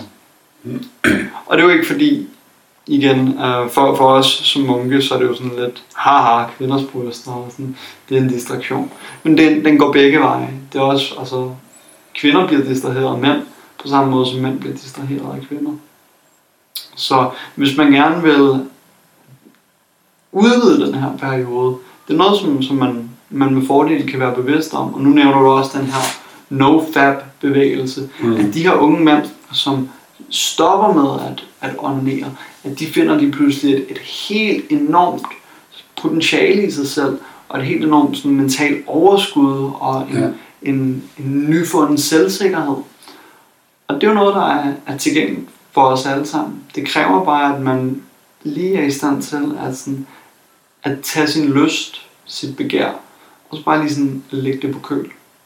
Og det er jo ikke fordi, igen, for os som munke, så er det jo sådan lidt, haha, kvinders bryster, og sådan, det er en distraktion. Men den går begge veje. Det er også, altså, kvinder bliver distraheret af mænd, på samme måde som mænd bliver distraheret af kvinder. Så hvis man gerne vil udvide den her periode, det er noget, som man med fordel kan være bevidst om. Og nu nævner du også den her no-fab-bevægelse, at de her unge mænd, som stopper med at onanere, at de finder lige pludselig et helt enormt potentiale i sig selv, og et helt enormt sådan, mentalt overskud, og en nyfunden selvsikkerhed. Og det er jo noget, der er tilgængeligt for os alle sammen. Det kræver bare, at man lige er i stand til at tage sin lyst, sit begær, og så bare lige sådan lægge det på køl.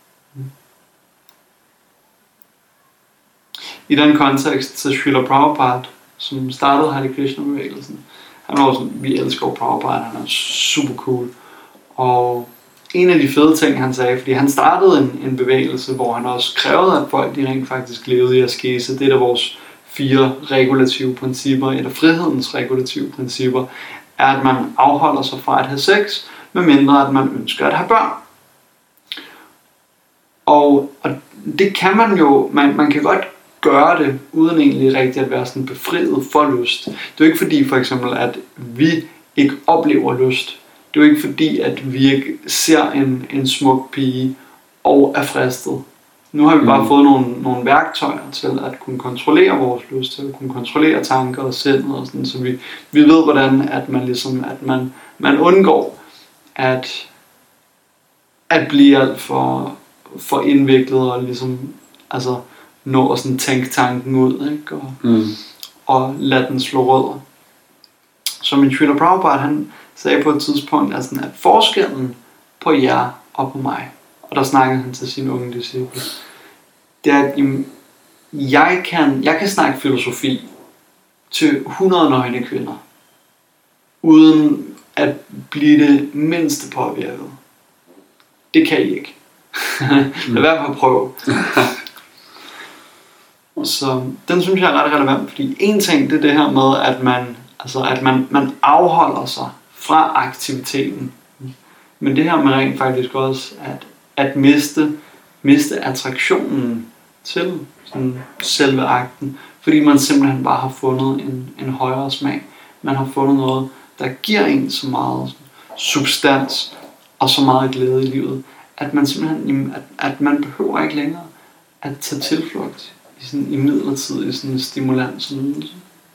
I den kontekst, så Srila Prabhupada, som startede Hare Krishna-bevægelsen, han var sådan, vi elsker Prabhupada, han er super cool. Og en af de fede ting, han sagde, fordi han startede en bevægelse, hvor han også krævede, at folk de rent faktisk levede i askese. Det er der vores 4 regulative principper, eller frihedens regulative principper, er, at man afholder sig fra at have sex, medmindre at man ønsker at have børn. Og det kan man jo, man kan godt gøre det, uden egentlig rigtig at være sådan befriet for lyst. Det er jo ikke fordi, for eksempel, at vi ikke oplever lyst. Det er jo ikke fordi, at vi ikke ser en smuk pige og er fristet. Nu har vi bare fået nogle værktøjer til at kunne kontrollere vores lyst, til at kunne kontrollere tanker og sind og sådan, så vi ved hvordan at man ligesom man undgår at blive alt for indviklet og ligesom altså nå at sådan tænke tanken ud, ikke? Og lade den slå rødder. Så min Srila Prabhupada, han sagde på et tidspunkt, at forskellen på jer og på mig, og der snakkede han til sine unge disciple, det er, at jeg kan snakke filosofi til 100 nøgne kvinder, uden at blive det mindste påvirket. Det kan I ikke. Lad være med at prøve. Så den synes jeg er ret relevant, fordi en ting det er det her med, at man afholder sig fra aktiviteten. Men det her med rent faktisk også at miste attraktionen til sådan selve akten, fordi man simpelthen bare har fundet en højere smag. Man har fundet noget, der giver en så meget substans og så meget glæde i livet, at man simpelthen, at man behøver ikke længere at tage tilflugt i midlertidig sådan stimulans og nydelse.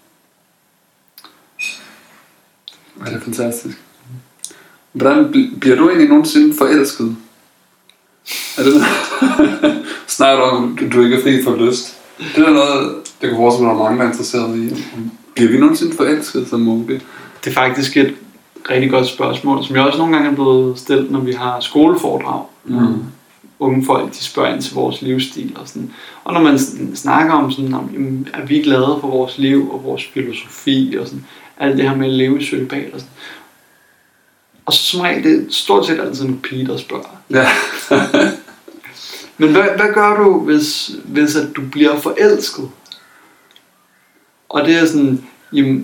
Det er fantastisk. Hvordan bliver du egentlig nogensinde forelsket? Er det noget? Snakker du om, du ikke er fri for lyst? Det er noget, jeg kan forestille mig, at mange er interesseret i. Bliver vi nogensinde forelsket som munke? Det er faktisk et rigtig godt spørgsmål, som jeg også nogle gange er blevet stillet, når vi har skoleforedrag. Unge folk, de spørger ind til vores livsstil og sådan. Og når man snakker om sådan, om, er vi glade for vores liv og vores filosofi og sådan, alt det her med at leve i cølibat og sådan. Og så som regel, det er stort set altid en pige, der spørger. Ja. Men hvad gør du, hvis at du bliver forelsket? Og det er sådan, jamen,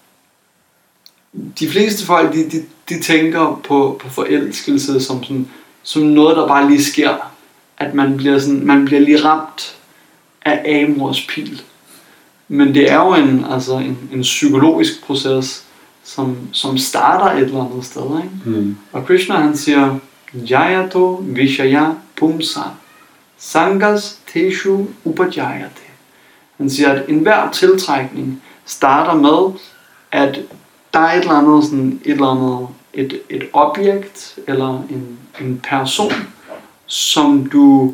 de fleste folk, de tænker på forelskelse som noget, der bare lige sker. At man bliver lige ramt af Amors pil. Men det er jo en psykologisk proces, som starter et eller andet sted. Ikke? Og Krishna han siger, Jayato Vishaya Pumsa Sangas Teshu Upajayate. Han siger, at enhver tiltrækning starter med, at der er et objekt eller en person, som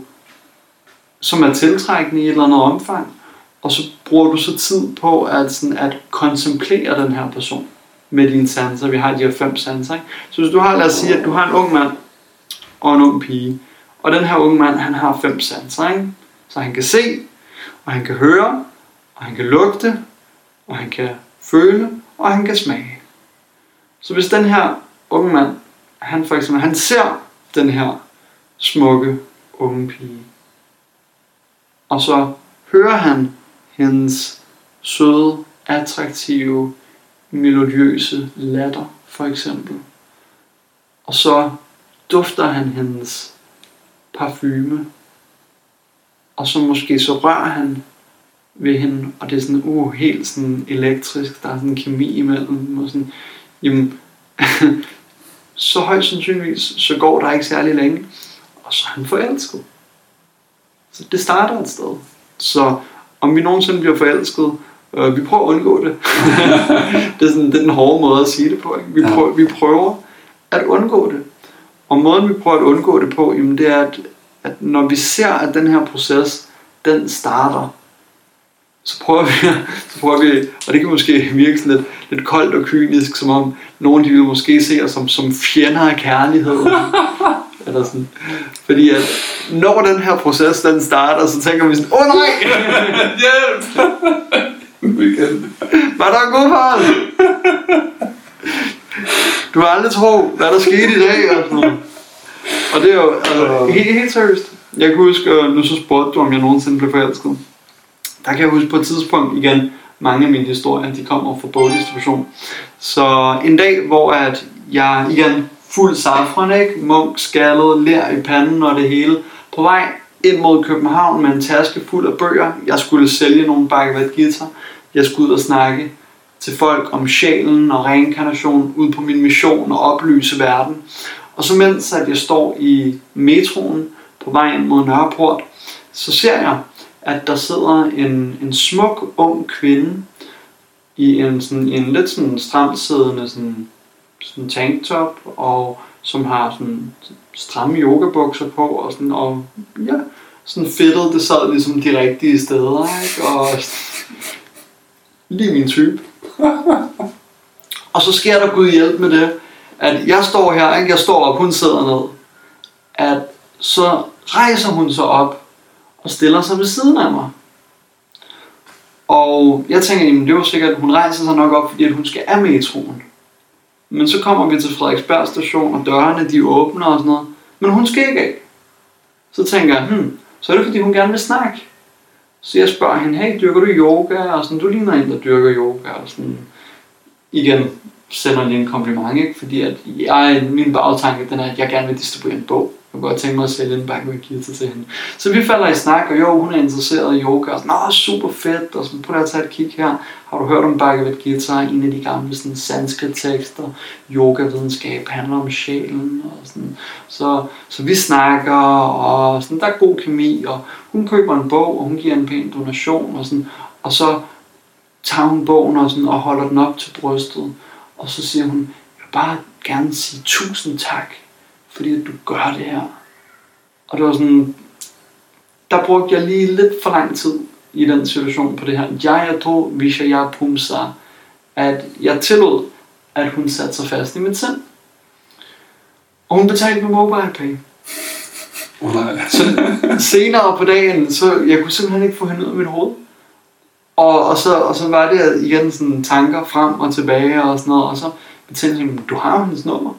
er tiltrækkende i et eller andet omfang, og så bruger du så tid på at kontemplere den her person med dine sanser. Vi har de her 5 sanser. Ikke? Så hvis du har, lad os sige, at du har en ung mand og en ung pige, og den her unge mand, han har 5 sanser, ikke? Så han kan se, og han kan høre, og han kan lugte, og han kan føle, og han kan smage. Så hvis den her unge mand, han ser den her smukke unge pige, og så hører han hendes søde, attraktive, melodiøse latter, for eksempel. Og så dufter han hendes parfume, og så måske så rører han ved hende, og det er sådan helt sådan elektrisk, der er sådan en kemi imellem, og sådan, jamen, så højst sandsynligvis, så går der ikke særlig længe, og så er han forelsket. Så det starter et sted. Så om vi nogensinde bliver forelsket, vi prøver at undgå det. Det er den hårde måde at sige det på. Ikke? Vi prøver at undgå det. Og måden vi prøver at undgå det på, jamen, det er, at når vi ser, at den her proces, den starter, så prøver vi, og det kan måske virke sådan lidt koldt og kynisk, som om nogen de vil måske se os som fjender af kærlighed. Eller sådan. Fordi at når den her proces den starter, så tænker vi sådan, nej! Hjælp! Var der en god far? Du har aldrig tro, hvad der skete i dag. Og det er jo helt seriøst. Jeg kan huske, nu så spurgte du, om jeg nogensinde blev forelsket. Der kan jeg huske på et tidspunkt igen, mange af mine historier, de kommer fra bogdistribution. Så en dag, hvor at jeg igen fuld safran, ikke? Munk, skaldet, ler i panden og det hele, på vej ind mod København med en taske fuld af bøger. Jeg skulle sælge nogle Bhagavad Gita. Jeg skulle ud og snakke til folk om sjælen og reinkarnation ud på min mission og oplyse verden. Og så mens at jeg står i metroen på vej ind mod Nørreport, så ser jeg, at der sidder en smuk ung kvinde i en lidt sådan stramt siddende sådan tanktop, og som har sådan stramme yogabukser på, og sådan, og ja, sådan fedtet, det sad ligesom de rigtige steder, ikke? Og lige min type. Og så sker der Gud hjælp med det, at jeg står her, ikke? Jeg står op, hun sidder ned, at så rejser hun sig op og stiller sig ved siden af mig. Og jeg tænker, jamen det var sikkert, at hun rejser sig nok op, fordi at hun skal af metroen. Men så kommer vi til Frederiksberg station, og dørene de åbner og sådan noget. Men hun skal ikke af. Så tænker jeg, så er det fordi hun gerne vil snakke. Så jeg spørger hende, hey, dyrker du yoga? Og sådan, du ligner en, der dyrker yoga. Og sådan, igen sender lige en kompliment, ikke? Fordi at min bagtanke, den er, at jeg gerne vil distribuere en bog. kunne godt tænke mig at sælge en Bhagavad Gita til hende. Så vi falder i snak, og jo, hun er interesseret i yoga, og sådan, super fedt, og sådan, prøv at tage et kig her. Har du hørt om Bhagavad Gita, en af de gamle sådan, sanskrit-tekster, yoga-videnskab, handler om sjælen, og sådan. Så vi snakker, og sådan, der er god kemi, og hun køber en bog, og hun giver en pæn donation, og sådan, og så tager hun bogen og, sådan, og holder den op til brystet, og så siger hun, jeg vil bare gerne sige 1000 tak, fordi at du gør det her. Og det var sådan, der brugte jeg lige lidt for lang tid i den situation på det her. Jayato Vishaya Pumsa, at jeg tillod, at hun satte sig fast i mit sind. Og hun betalte med MobilePay. Så senere på dagen, så jeg kunne simpelthen ikke få hende ud af mit hoved. Og så var det igen sådan tanker frem og tilbage og sådan noget, og så betalte jeg, du har jo hendes nummer.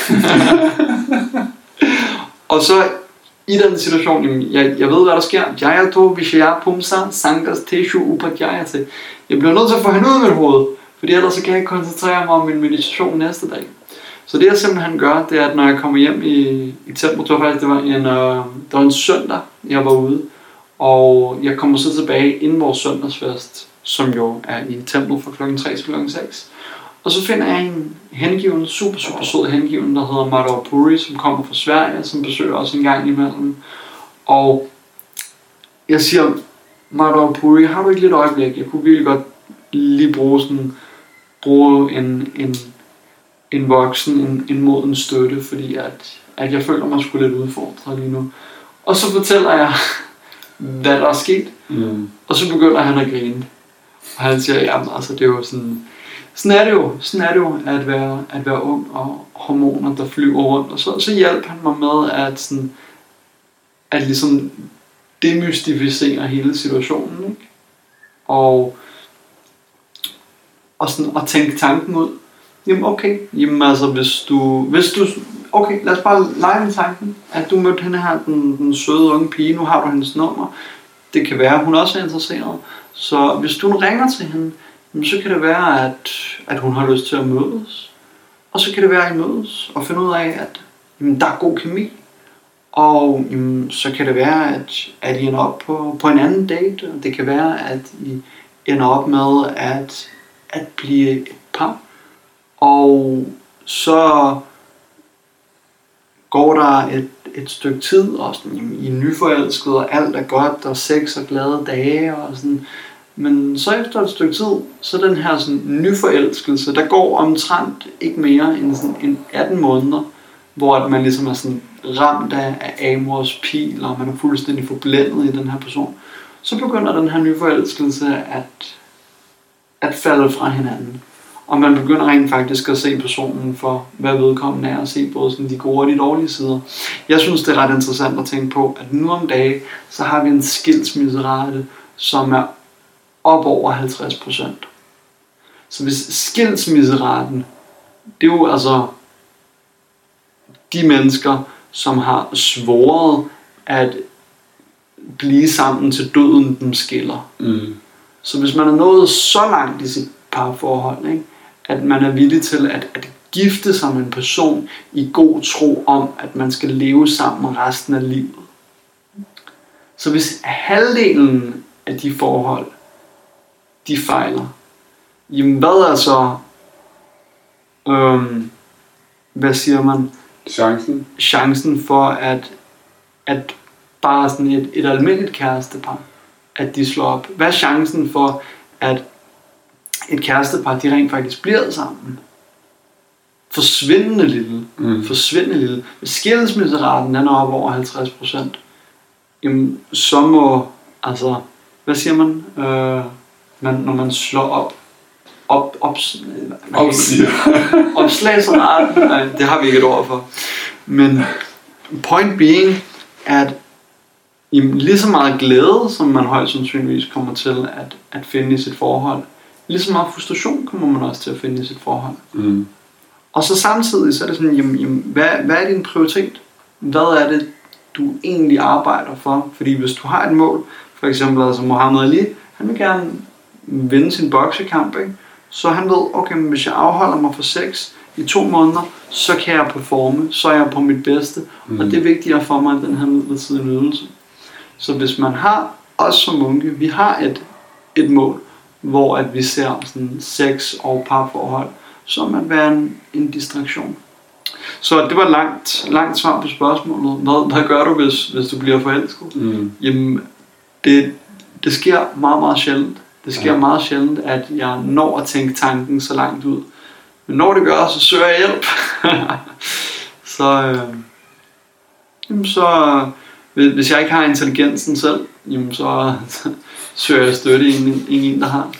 Og så i den situation, jeg ved hvad der sker. Jayato Vishaya Pumsa Sangas Teshu Upadhyayate. Jeg bliver nødt til at få hende ud af mit hoved, fordi ellers så kan jeg ikke koncentrere mig om min meditation næste dag. Så det jeg simpelthen gør, det er, at når jeg kommer hjem i templet, det var en søndag, jeg var ude, og jeg kommer så tilbage inden vores søndagsfest, som jo er i templet fra klokken 3 til klokken 6. Og så finder jeg en hengiven, super sød hengiven, der hedder Madhav Puri, som kommer fra Sverige, som besøger os en gang imellem. Og jeg siger, Madhav Puri, har du ikke lidt øjeblik? Jeg kunne virkelig godt lige bruge en voksen, en moden støtte, fordi at jeg føler mig sgu lidt udfordret lige nu. Og så fortæller jeg, hvad der er sket, og så begynder han at grine. Og han siger, jamen altså det er jo sådan er det jo at være ung, og hormoner der flyver rundt. Og så hjalp han mig med at ligesom demystificere hele situationen, ikke? Og sådan at tænke tanken ud. Jamen okay, altså hvis du okay, lad os bare lege med tanken, at du mødte hende her, den søde unge pige, nu har du hendes nummer. Det kan være, hun også er interesseret. Så hvis du ringer til hende, så kan det være, at hun har lyst til at mødes. Og så kan det være, at I mødes og finde ud af, at jamen, der er god kemi. Og jamen, så kan det være, at I ender op på en anden date. Og det kan være, at I ender op med at blive et par. Og så går der et stykke tid, og sådan, jamen, I er nyforelsket, og alt er godt, og sex og glade dage, og sådan. Men så efter et stykke tid, så den her sådan, nyforelskelse, der går omtrent ikke mere end 18 måneder, hvor at man ligesom er sådan ramt af Amors pil, og man er fuldstændig forblændet i den her person. Så begynder den her nyforelskelse at falde fra hinanden. Og man begynder rent faktisk at se personen for, hvad vedkommende er, og se både sådan de gode og de dårlige sider. Jeg synes, det er ret interessant at tænke på, at nu om dagen, så har vi en skilsmisserate, som er op over 50%. Så hvis skilsmisseraten, det er jo altså de mennesker, som har svoret at blive sammen til døden dem skiller. Så hvis man er nået så langt i sit parforhold, ikke, at man er villig til at gifte sig med en person i god tro om, at man skal leve sammen resten af livet. Så hvis halvdelen af de forhold, de fejler, jamen hvad er så, hvad siger man? Chancen for at bare sådan et almindeligt kærestepar, at de slår op. Hvad er chancen for, at et kærestepar, de rent faktisk bliver sammen? Forsvindende lille. Hvis skilsmisseraten er op over 50%, jamen, så må, altså, hvad siger man, når man slår opslagsraten, nej, det har vi ikke et ord for. Men point being, at lige så meget glæde, som man højst sandsynligvis kommer til at finde i sit forhold, lige så meget frustration kommer man også til at finde i sit forhold. Og så samtidig, så er det sådan, jamen, hvad er din prioritet? Hvad er det, du egentlig arbejder for? Fordi hvis du har et mål, for eksempel altså Muhammad Ali, han vil gerne vinde sin boksekamp, ikke? Så han ved, okay, men hvis jeg afholder mig for sex i 2 måneder, så kan jeg performe, så er jeg på mit bedste, og det er vigtigere for mig end den her midlertidige nydelse. Så hvis man har, også som munke, vi har et mål, hvor at vi ser sådan sex og parforhold, så man være en distraktion. Så det var et langt svar på spørgsmålet. Hvad gør du, hvis du bliver forelsket? Jamen, det sker meget, meget sjældent. Det sker meget sjældent, at jeg når at tænke tanken så langt ud. Men når det gør, så søger jeg hjælp. så hvis jeg ikke har intelligensen selv, jamen så søger jeg støtte i en, der har.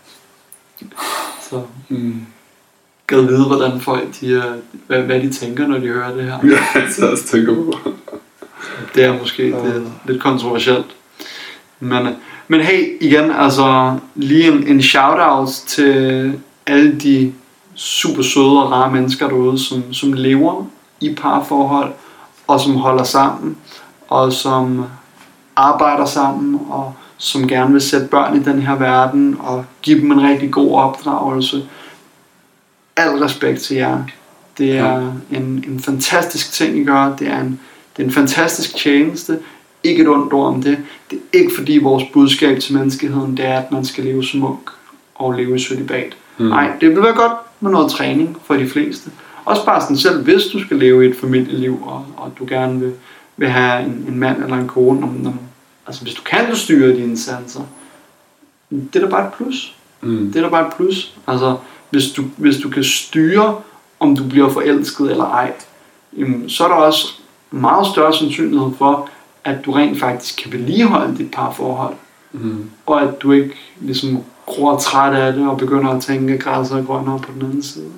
Så gad vide, hvordan folk hvad de tænker, når de hører det her. Ja, så også tænker på. Det er måske lidt kontroversielt. Men hey, igen, altså lige en shout-out til alle de super søde og rare mennesker derude, som lever i parforhold, og som holder sammen, og som arbejder sammen, og som gerne vil sætte børn i den her verden, og give dem en rigtig god opdragelse. Al respekt til jer. Det er en fantastisk ting, I gør. Det er en fantastisk tjeneste. Ikke et ondt ord om det. Det er ikke fordi vores budskab til menneskeheden, det er, at man skal leve som munk og leve i cølibat. Nej, det vil være godt med noget træning for de fleste. Også bare sådan selv, hvis du skal leve i et familieliv, og du gerne vil have en mand eller en kone, altså hvis du kan styre dine sanser, det er da bare et plus. Det er da bare et plus. Altså, hvis du kan styre, om du bliver forelsket eller ej, så er der også meget større sandsynlighed for, at du rent faktisk kan vedligeholde dit parforhold. Og at du ikke ligesom gror træt af det og begynder at tænke, at græsset er grønnere på den anden side.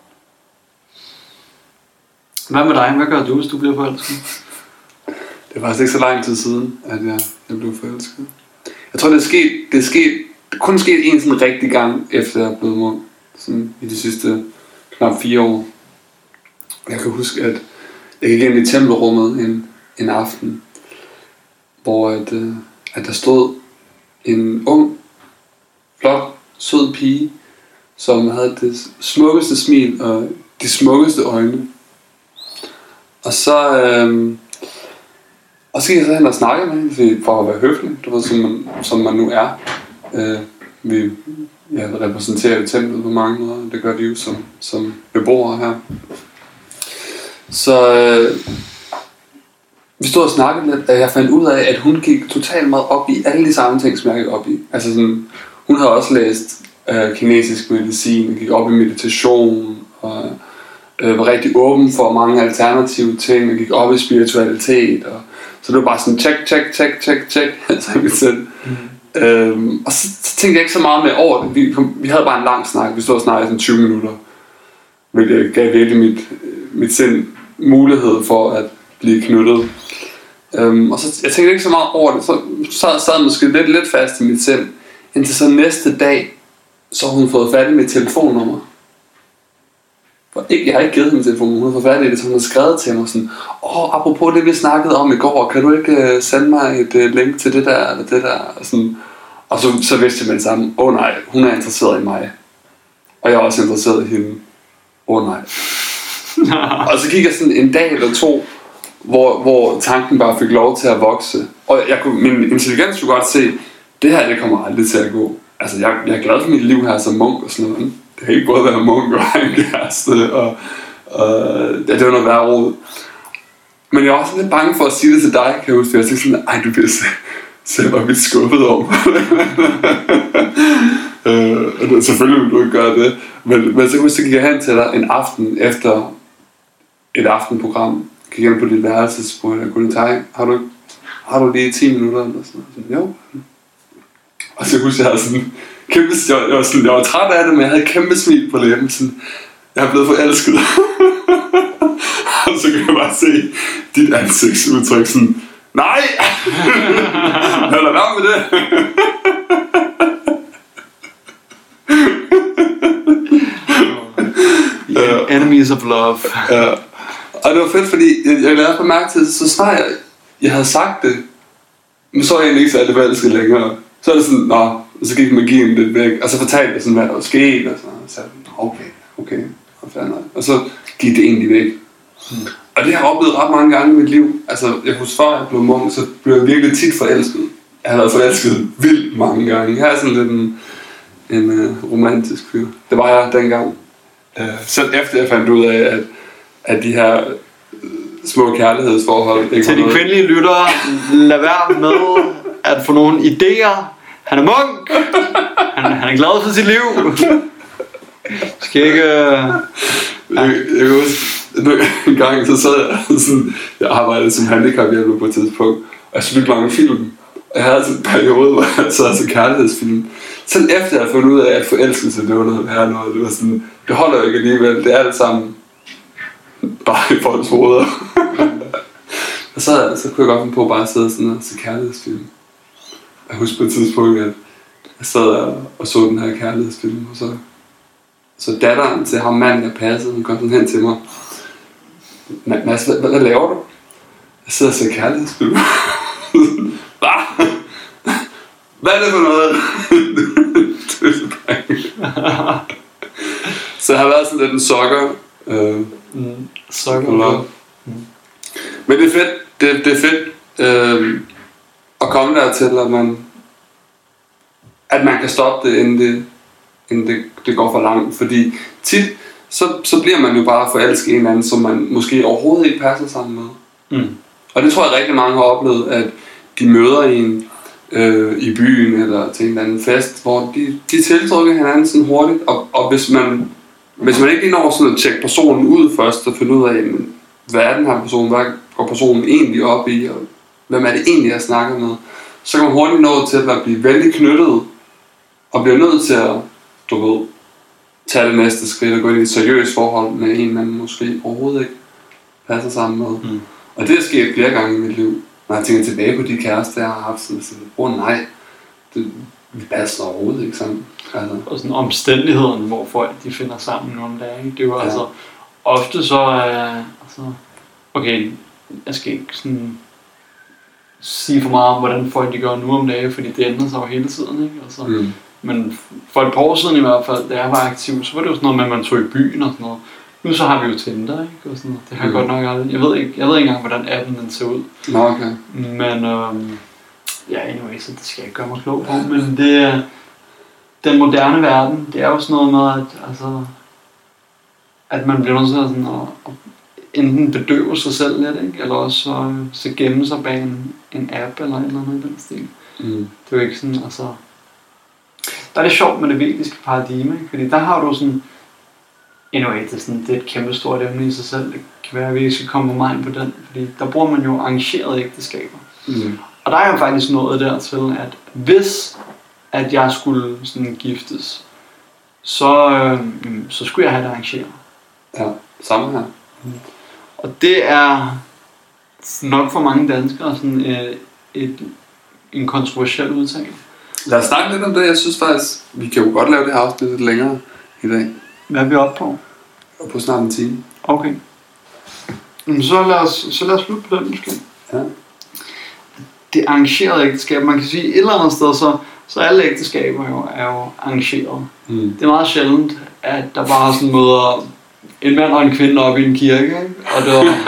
Hvad med dig? Hvad gør du, hvis du bliver forelsket? Det er faktisk ikke så lang tid siden, at jeg blev forelsket. Jeg tror, det kun sket en sådan rigtig gang, efter jeg er blevet munk. Sådan i de sidste knap 4 år. Jeg kan huske, at jeg gik ind i tempelrummet en aften, hvor at der stod en ung, flot, sød pige, som havde det smukkeste smil og de smukkeste øjne. Og så gik jeg så hen og snakkede med hende, for at være høflig, du ved, som man nu er. Vi repræsenterer jo templet på mange måder, det gør vi jo som beboere her. Så vi stod og snakkede lidt, og jeg fandt ud af, at hun gik totalt meget op i alle de samme ting, som jeg gik op i. Altså sådan, hun havde også læst kinesisk medicin, gik op i meditation, og var rigtig åben for mange alternative ting, og gik op i spiritualitet, og så det var bare sådan, check, så jeg selv. Og så tænkte jeg ikke så meget mere over det. Vi havde bare en lang snak. Vi stod og snakkede sådan 20 minutter, hvilket gav virkelig mit sind mulighed for at blive knyttet. Og så jeg tænkte ikke så meget over det. Så sad jeg måske lidt fast i mit sind, indtil så næste dag, så har hun fået fat i mit telefonnummer. Jeg har ikke givet hende telefon, hun har fået fat i det, så hun har skrevet til mig sådan, apropos det vi snakkede om i går, kan du ikke sende mig et link til det der eller det der, og sådan. Og så vidste jeg med det samme, nej, hun er interesseret i mig, og jeg er også interesseret i hende, nej. Og så gik jeg sådan en dag eller 2, hvor tanken bare fik lov til at vokse, og min intelligens kunne godt se, det her, det kommer aldrig til at gå. Altså jeg er glad for mit liv her som munk og sådan noget. Det kan ikke både være munk og en kæreste, og det var noget værre rod. Men jeg var også lidt bange for at sige det til dig, kan jeg huske. Jeg tænkte sådan, du bliver selv var lidt skuffet over. Selvfølgelig vil du ikke gøre det. Men så huske, gik jeg hen til dig en aften efter et aftenprogram. Gik jeg på dit værelse, spurgte jeg, Gunnar, har du lige 10 minutter? Eller sådan, jo. Og så huske, jeg havde sådan kæmpe, jeg var træt af det, men jeg havde kæmpe smil på læben, sådan, jeg er blevet forelsket. Og så kan jeg bare se dit ansigtsudtryk sådan, nej! Lad være med det! Enemies of love. Ja. Og det var fedt, fordi jeg lavede på mærke til, så snart jeg havde sagt det, men så er jeg egentlig ikke særlig forelsket længere. Så er det sådan, og så gik magien lidt væk, og så fortalte jeg sådan, hvad der var sket, og så jeg, okay. Og så gik det egentlig væk. Og det har jeg oplevet ret mange gange i mit liv. Altså, jeg husker før jeg blev munk, så blev jeg virkelig tit forelsket. Jeg har været forelsket vildt mange gange. Jeg er sådan lidt en romantisk fyr. Det var jeg dengang. Selv efter jeg fandt ud af, at de her små kærlighedsforhold... Til de kvindelige lyttere, lad være med at få nogle idéer. Han er munk. Han er glad for sit liv. Skal ikke... Jeg kan huske, en gang så sad jeg sådan... Jeg arbejdede som handicaphjælper på et tidspunkt, og jeg så virkelig mange film. Og jeg havde sådan en periode, hvor jeg sad til kærlighedsfilm. Selv efter jeg havde fundet ud af, at forelskelse, det var noget noget. Det var sådan... Det holder jo ikke alligevel. Det er alt sammen bare i folks hoveder. Og så kunne jeg godt finde på bare at sidde sådan og se kærlighedsfilm. Jeg husker på et tidspunkt, at jeg sad og så den her kærlighedsfilm, og så datteren til ham manden, jeg passede, hun kom sådan hen til mig. Mads, hvad laver du? Jeg sidder og ser kærlighedsfilm. Hvad er det for noget? Så jeg har været sådan lidt en sokker. Sokker. Men det er fedt. Det er fedt at komme dertil, at man kan stoppe det, inden det går for langt. Fordi tit, så bliver man jo bare forelsket i en eller anden, som man måske overhovedet ikke passer sammen med. Og det tror jeg rigtig mange har oplevet, at de møder en i byen eller til en eller anden fest, hvor de tiltrykker hinanden sådan hurtigt. Og hvis man ikke lige når sådan at tjekke personen ud først og finde ud af, hvad er den her person, hvad går personen egentlig op i, og hvem er det egentlig, jeg snakker med, så kan man hurtigt nå til at blive vældig knyttet, og bliver nødt til at, tage det næste skridt og gå ind i et seriøst forhold med en, man måske overhovedet ikke passer sammen med. Og det er sket flere gange i mit liv. Når jeg tænker tilbage på de kærester, jeg har haft, sådan, nej, vi passer overhovedet ikke sammen. Altså. Og sådan omstændigheden, hvor folk de finder sammen nogle dage, det er jo altså ofte så, okay, jeg skal ikke sådan sige for meget om, hvordan folk de gør nu om dagen, fordi det ændrer sig jo hele tiden, ikke? Altså, men for et par år siden i hvert fald, da jeg var aktiv, så var det jo sådan noget med, at man tog i byen og sådan noget. Nu så har vi jo Tinder, ikke? Og sådan noget. Det har jeg godt nok aldrig. Jeg ved ikke engang, hvordan appen den ser ud. Okay. Men anyway, så det skal jeg ikke gøre mig klog på. Men det er den moderne verden. Det er jo sådan noget med, at man bliver nødt til sådan at enten bedøve sig selv lidt, ikke? Eller også så gemme sig bag en app eller et eller andet i den stil. Det er jo ikke sådan, altså... Der er det sjovt med det vediske paradigme, ikke? Fordi der har du sådan... Anyway, det er et kæmpe stort emne i sig selv. Det kan være, at vi skal komme meget ind på den, fordi der bruger man jo arrangerede ægteskaber. Og der er jo faktisk noget dertil, at hvis at jeg skulle sådan giftes, så skulle jeg have det arrangeret. Ja, samme her. Og det er nok for mange danskere sådan en kontroversiel udtalelse. Lad os snakke lidt om det. Jeg synes faktisk, vi kan jo godt lave det her afsnit lidt længere i dag. Hvad er vi oppe på? På snart en time. Okay. Så lad os slutte på den måske. Ja. Det arrangerede ægteskab, man kan sige et eller andet sted, så alle ægteskaber er jo arrangeret. Det er meget sjældent, at der bare sådan møder en mand og en kvinde op i en kirke, ikke? Og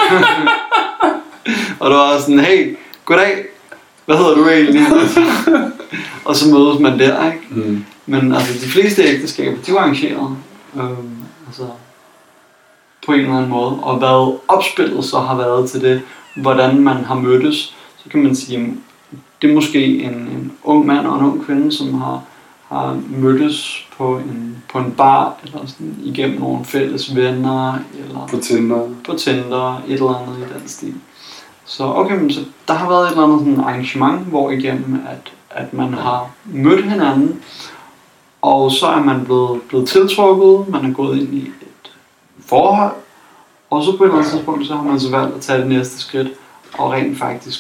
det var sådan, hey, goddag, hvad hedder du egentlig? Og så mødes man der, ikke? Men altså, de fleste ægteskaber, de var arrangeret. Altså, på en eller anden måde. Og hvad opspillet så har været til det, hvordan man har mødtes, så kan man sige, det er måske en ung mand og en ung kvinde, som har mødtes på en bar, eller sådan, igennem nogle fælles venner, eller på Tinder, et eller andet i den stil. Så okay, men så der har været et eller andet sådan arrangement, hvor igennem at man har mødt hinanden, og så er man blevet tiltrukket, man er gået ind i et forhold, og så på et eller andet tidspunkt, så har man så valgt at tage det næste skridt, og rent faktisk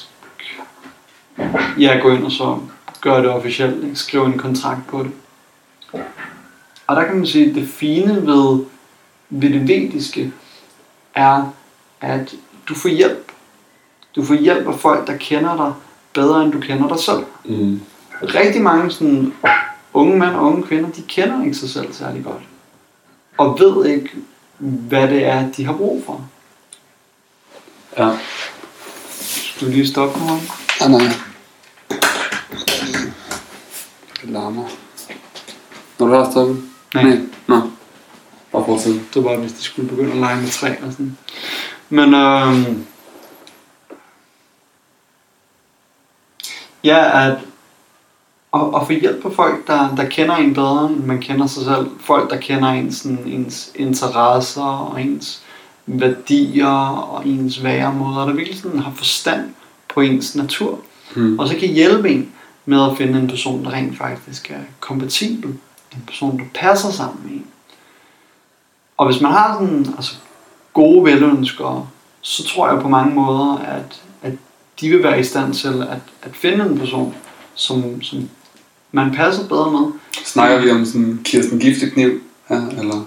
gå ind og så gøre det officielt, ikke? Skrive en kontrakt på det. Og der kan man sige, at det fine ved det vediske er, at du får hjælp. Du får hjælp af folk, der kender dig bedre, end du kender dig selv. Rigtig mange sådan unge mænd og unge kvinder, de kender ikke sig selv særlig godt. Og ved ikke, hvad det er, de har brug for. Ja. Skal du lige stoppe nu? Nej. Det larmer. Når du har stoppet? Nej. Nå. Bare fortsæt. Det var bare, hvis de skulle begynde at lege med træ og sådan. Men ja, at få hjælp på folk, der kender en bedre, end man kender sig selv. Folk, der kender ens interesser og ens værdier og ens væremåder, der virkelig sådan har forstand på ens natur. Og så kan hjælpe en med at finde en person, der rent faktisk er kompatibel. En person, der passer sammen med en. Og hvis man har sådan, gode velønskere, så tror jeg på mange måder, at de vil være i stand til at finde en person, som man passer bedre med. Snakker vi om sådan Kirsten Giftekniv? Ja, eller?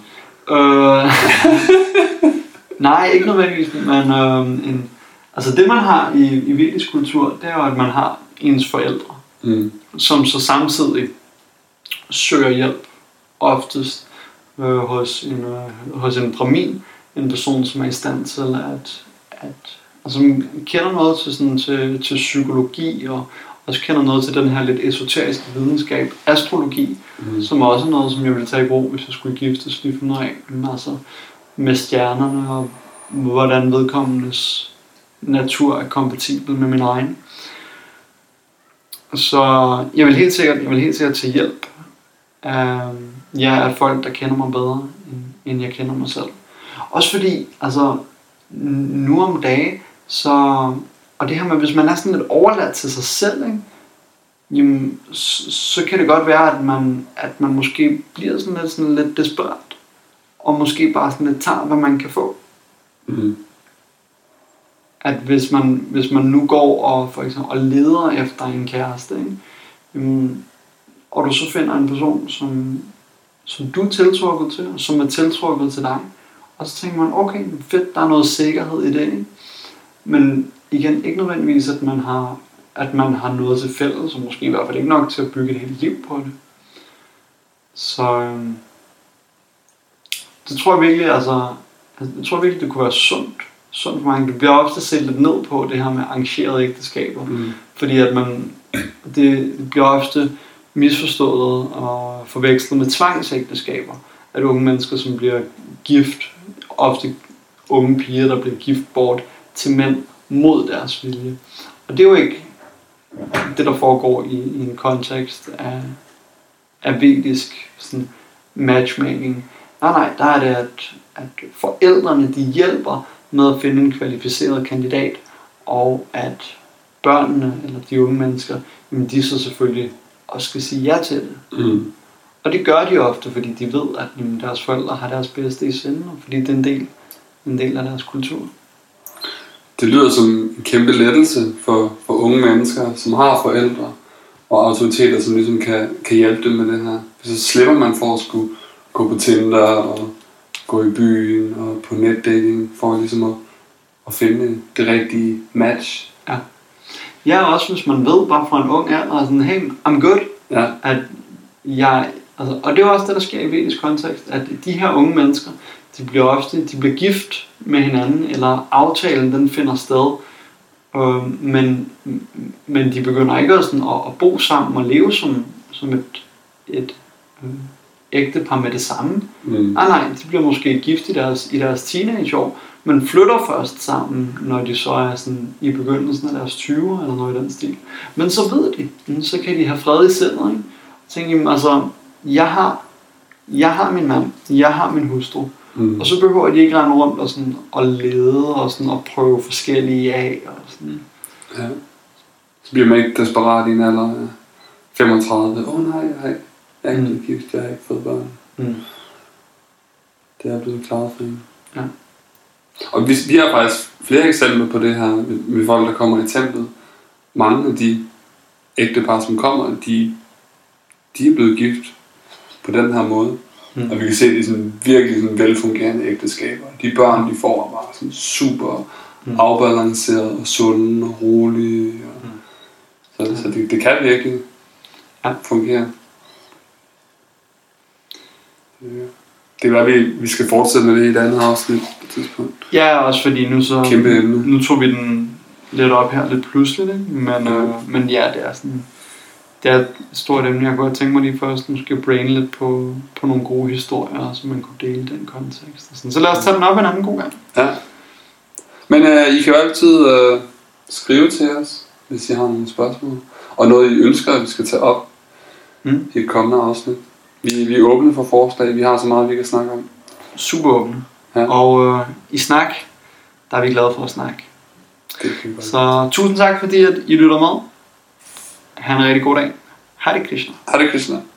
Nej, ikke nødvendigvis, men det man har i vedisk kultur, det er jo, at man har ens forældre, som så samtidig søger hjælp, oftest hos en brahmin, en person, som er i stand til som kender noget til psykologi, og også kender noget til den her lidt esoteriske videnskab, astrologi, som er også noget, som jeg ville tage i brug, hvis jeg skulle giftes, lige finde ud af, med stjernerne, og hvordan vedkommendes natur er kompatibel med min egen. Så jeg vil helt sikkert til hjælp af folk, der kender mig bedre, end jeg kender mig selv. Også fordi, nu om dagen, og det her med, hvis man er sådan lidt overladt til sig selv, ikke? Jamen, så kan det godt være, at man måske bliver sådan lidt desperat, og måske bare sådan lidt tager, hvad man kan få. At hvis man nu går og for eksempel og leder efter en kæreste, ikke? Jamen, og du så finder en person, som du er tiltrukket til, og som er tiltrukket til dig, og så tænker man, okay, fedt, der er noget sikkerhed i det, ikke? Men igen, ikke nødvendigvis, at man har noget til fælles, og måske i hvert fald ikke nok til at bygge et helt liv på det. Så det tror jeg virkelig, det kunne være sundt for mange. Det bliver ofte set lidt ned på det her med arrangerede ægteskaber, fordi at det bliver ofte misforstået og forvekslet med tvangsægteskaber, at unge mennesker, som bliver gift, ofte unge piger, der bliver gift bort til mænd mod deres vilje. Og det er jo ikke det, der foregår i en kontekst af vedisk sådan matchmaking. Nej, der er det, at forældrene, de hjælper med at finde en kvalificeret kandidat, og at børnene, eller de unge mennesker, jamen de så selvfølgelig også skal sige ja til det. Og det gør de ofte, fordi de ved, at deres forældre har deres bedste i sinde, og fordi det er en del af deres kultur. Det lyder som en kæmpe lettelse for unge mennesker, som har forældre og autoriteter, som ligesom kan hjælpe dem med det her. Så slipper man for at skulle gå på Tinder og gå i byen og på netdating for ligesom at finde det rigtige match. Ja. Ja, også hvis man ved, bare fra en ung alder, sådan, hey, I'm good. Ja. At jeg, og det er også det, der sker i vedisk kontekst, at de her unge mennesker, de bliver gift med hinanden, eller aftalen den finder sted, men de begynder ikke at bo sammen og leve som et ægtepar med det samme. Nej, de bliver måske gift i deres teenageår, men flytter først sammen, når de så er sådan i begyndelsen af deres 20'er eller noget i den stil. Men så ved de, så kan de have fred i sindet, ikke? Og tænke, jeg har min mand, jeg har min hustru, og så behøver de ikke rende rundt og lede og prøve forskellige af. Og sådan. Ja. Så bliver man ikke desperat i en alder af 35. Nej, jeg er ikke blevet gift, jeg har ikke fået børn. Det er blevet klaret for en. Ja. Og vi har faktisk flere eksempler på det her med folk, der kommer i templet. Mange af de ægtepar, som kommer, de er blevet gift på den her måde. Og vi kan se, at det er sådan virkelig sådan velfungerende ægteskaber. De børn, de får, er bare sådan super afbalanceret og sunde og rolige. Så det kan virkelig kan være, vi skal fortsætte med det i et andet afsnit på et tidspunkt. Ja, også fordi Kæmpe emne. nu tog vi den lidt op her, lidt pludseligt, ikke? Men ja, det er sådan... Det er et stort emne. Jeg kunne godt tænke mig lige først, nu skal jeg brain lidt på nogle gode historier, så man kunne dele den kontekst. Så lad os tage den op en anden god gang. Ja. Men I kan jo altid skrive til os, hvis I har nogle spørgsmål. Og noget I ønsker, at vi skal tage op i et kommende afsnit. Vi er åbne for forslag. Vi har så meget, vi kan snakke om. Super åbne. Ja. Og i snak, der er vi glade for at snakke. Så tusind tak, fordi at I lytter med. Ha' en rigtig god dag. Hare Krishna. Hare Krishna.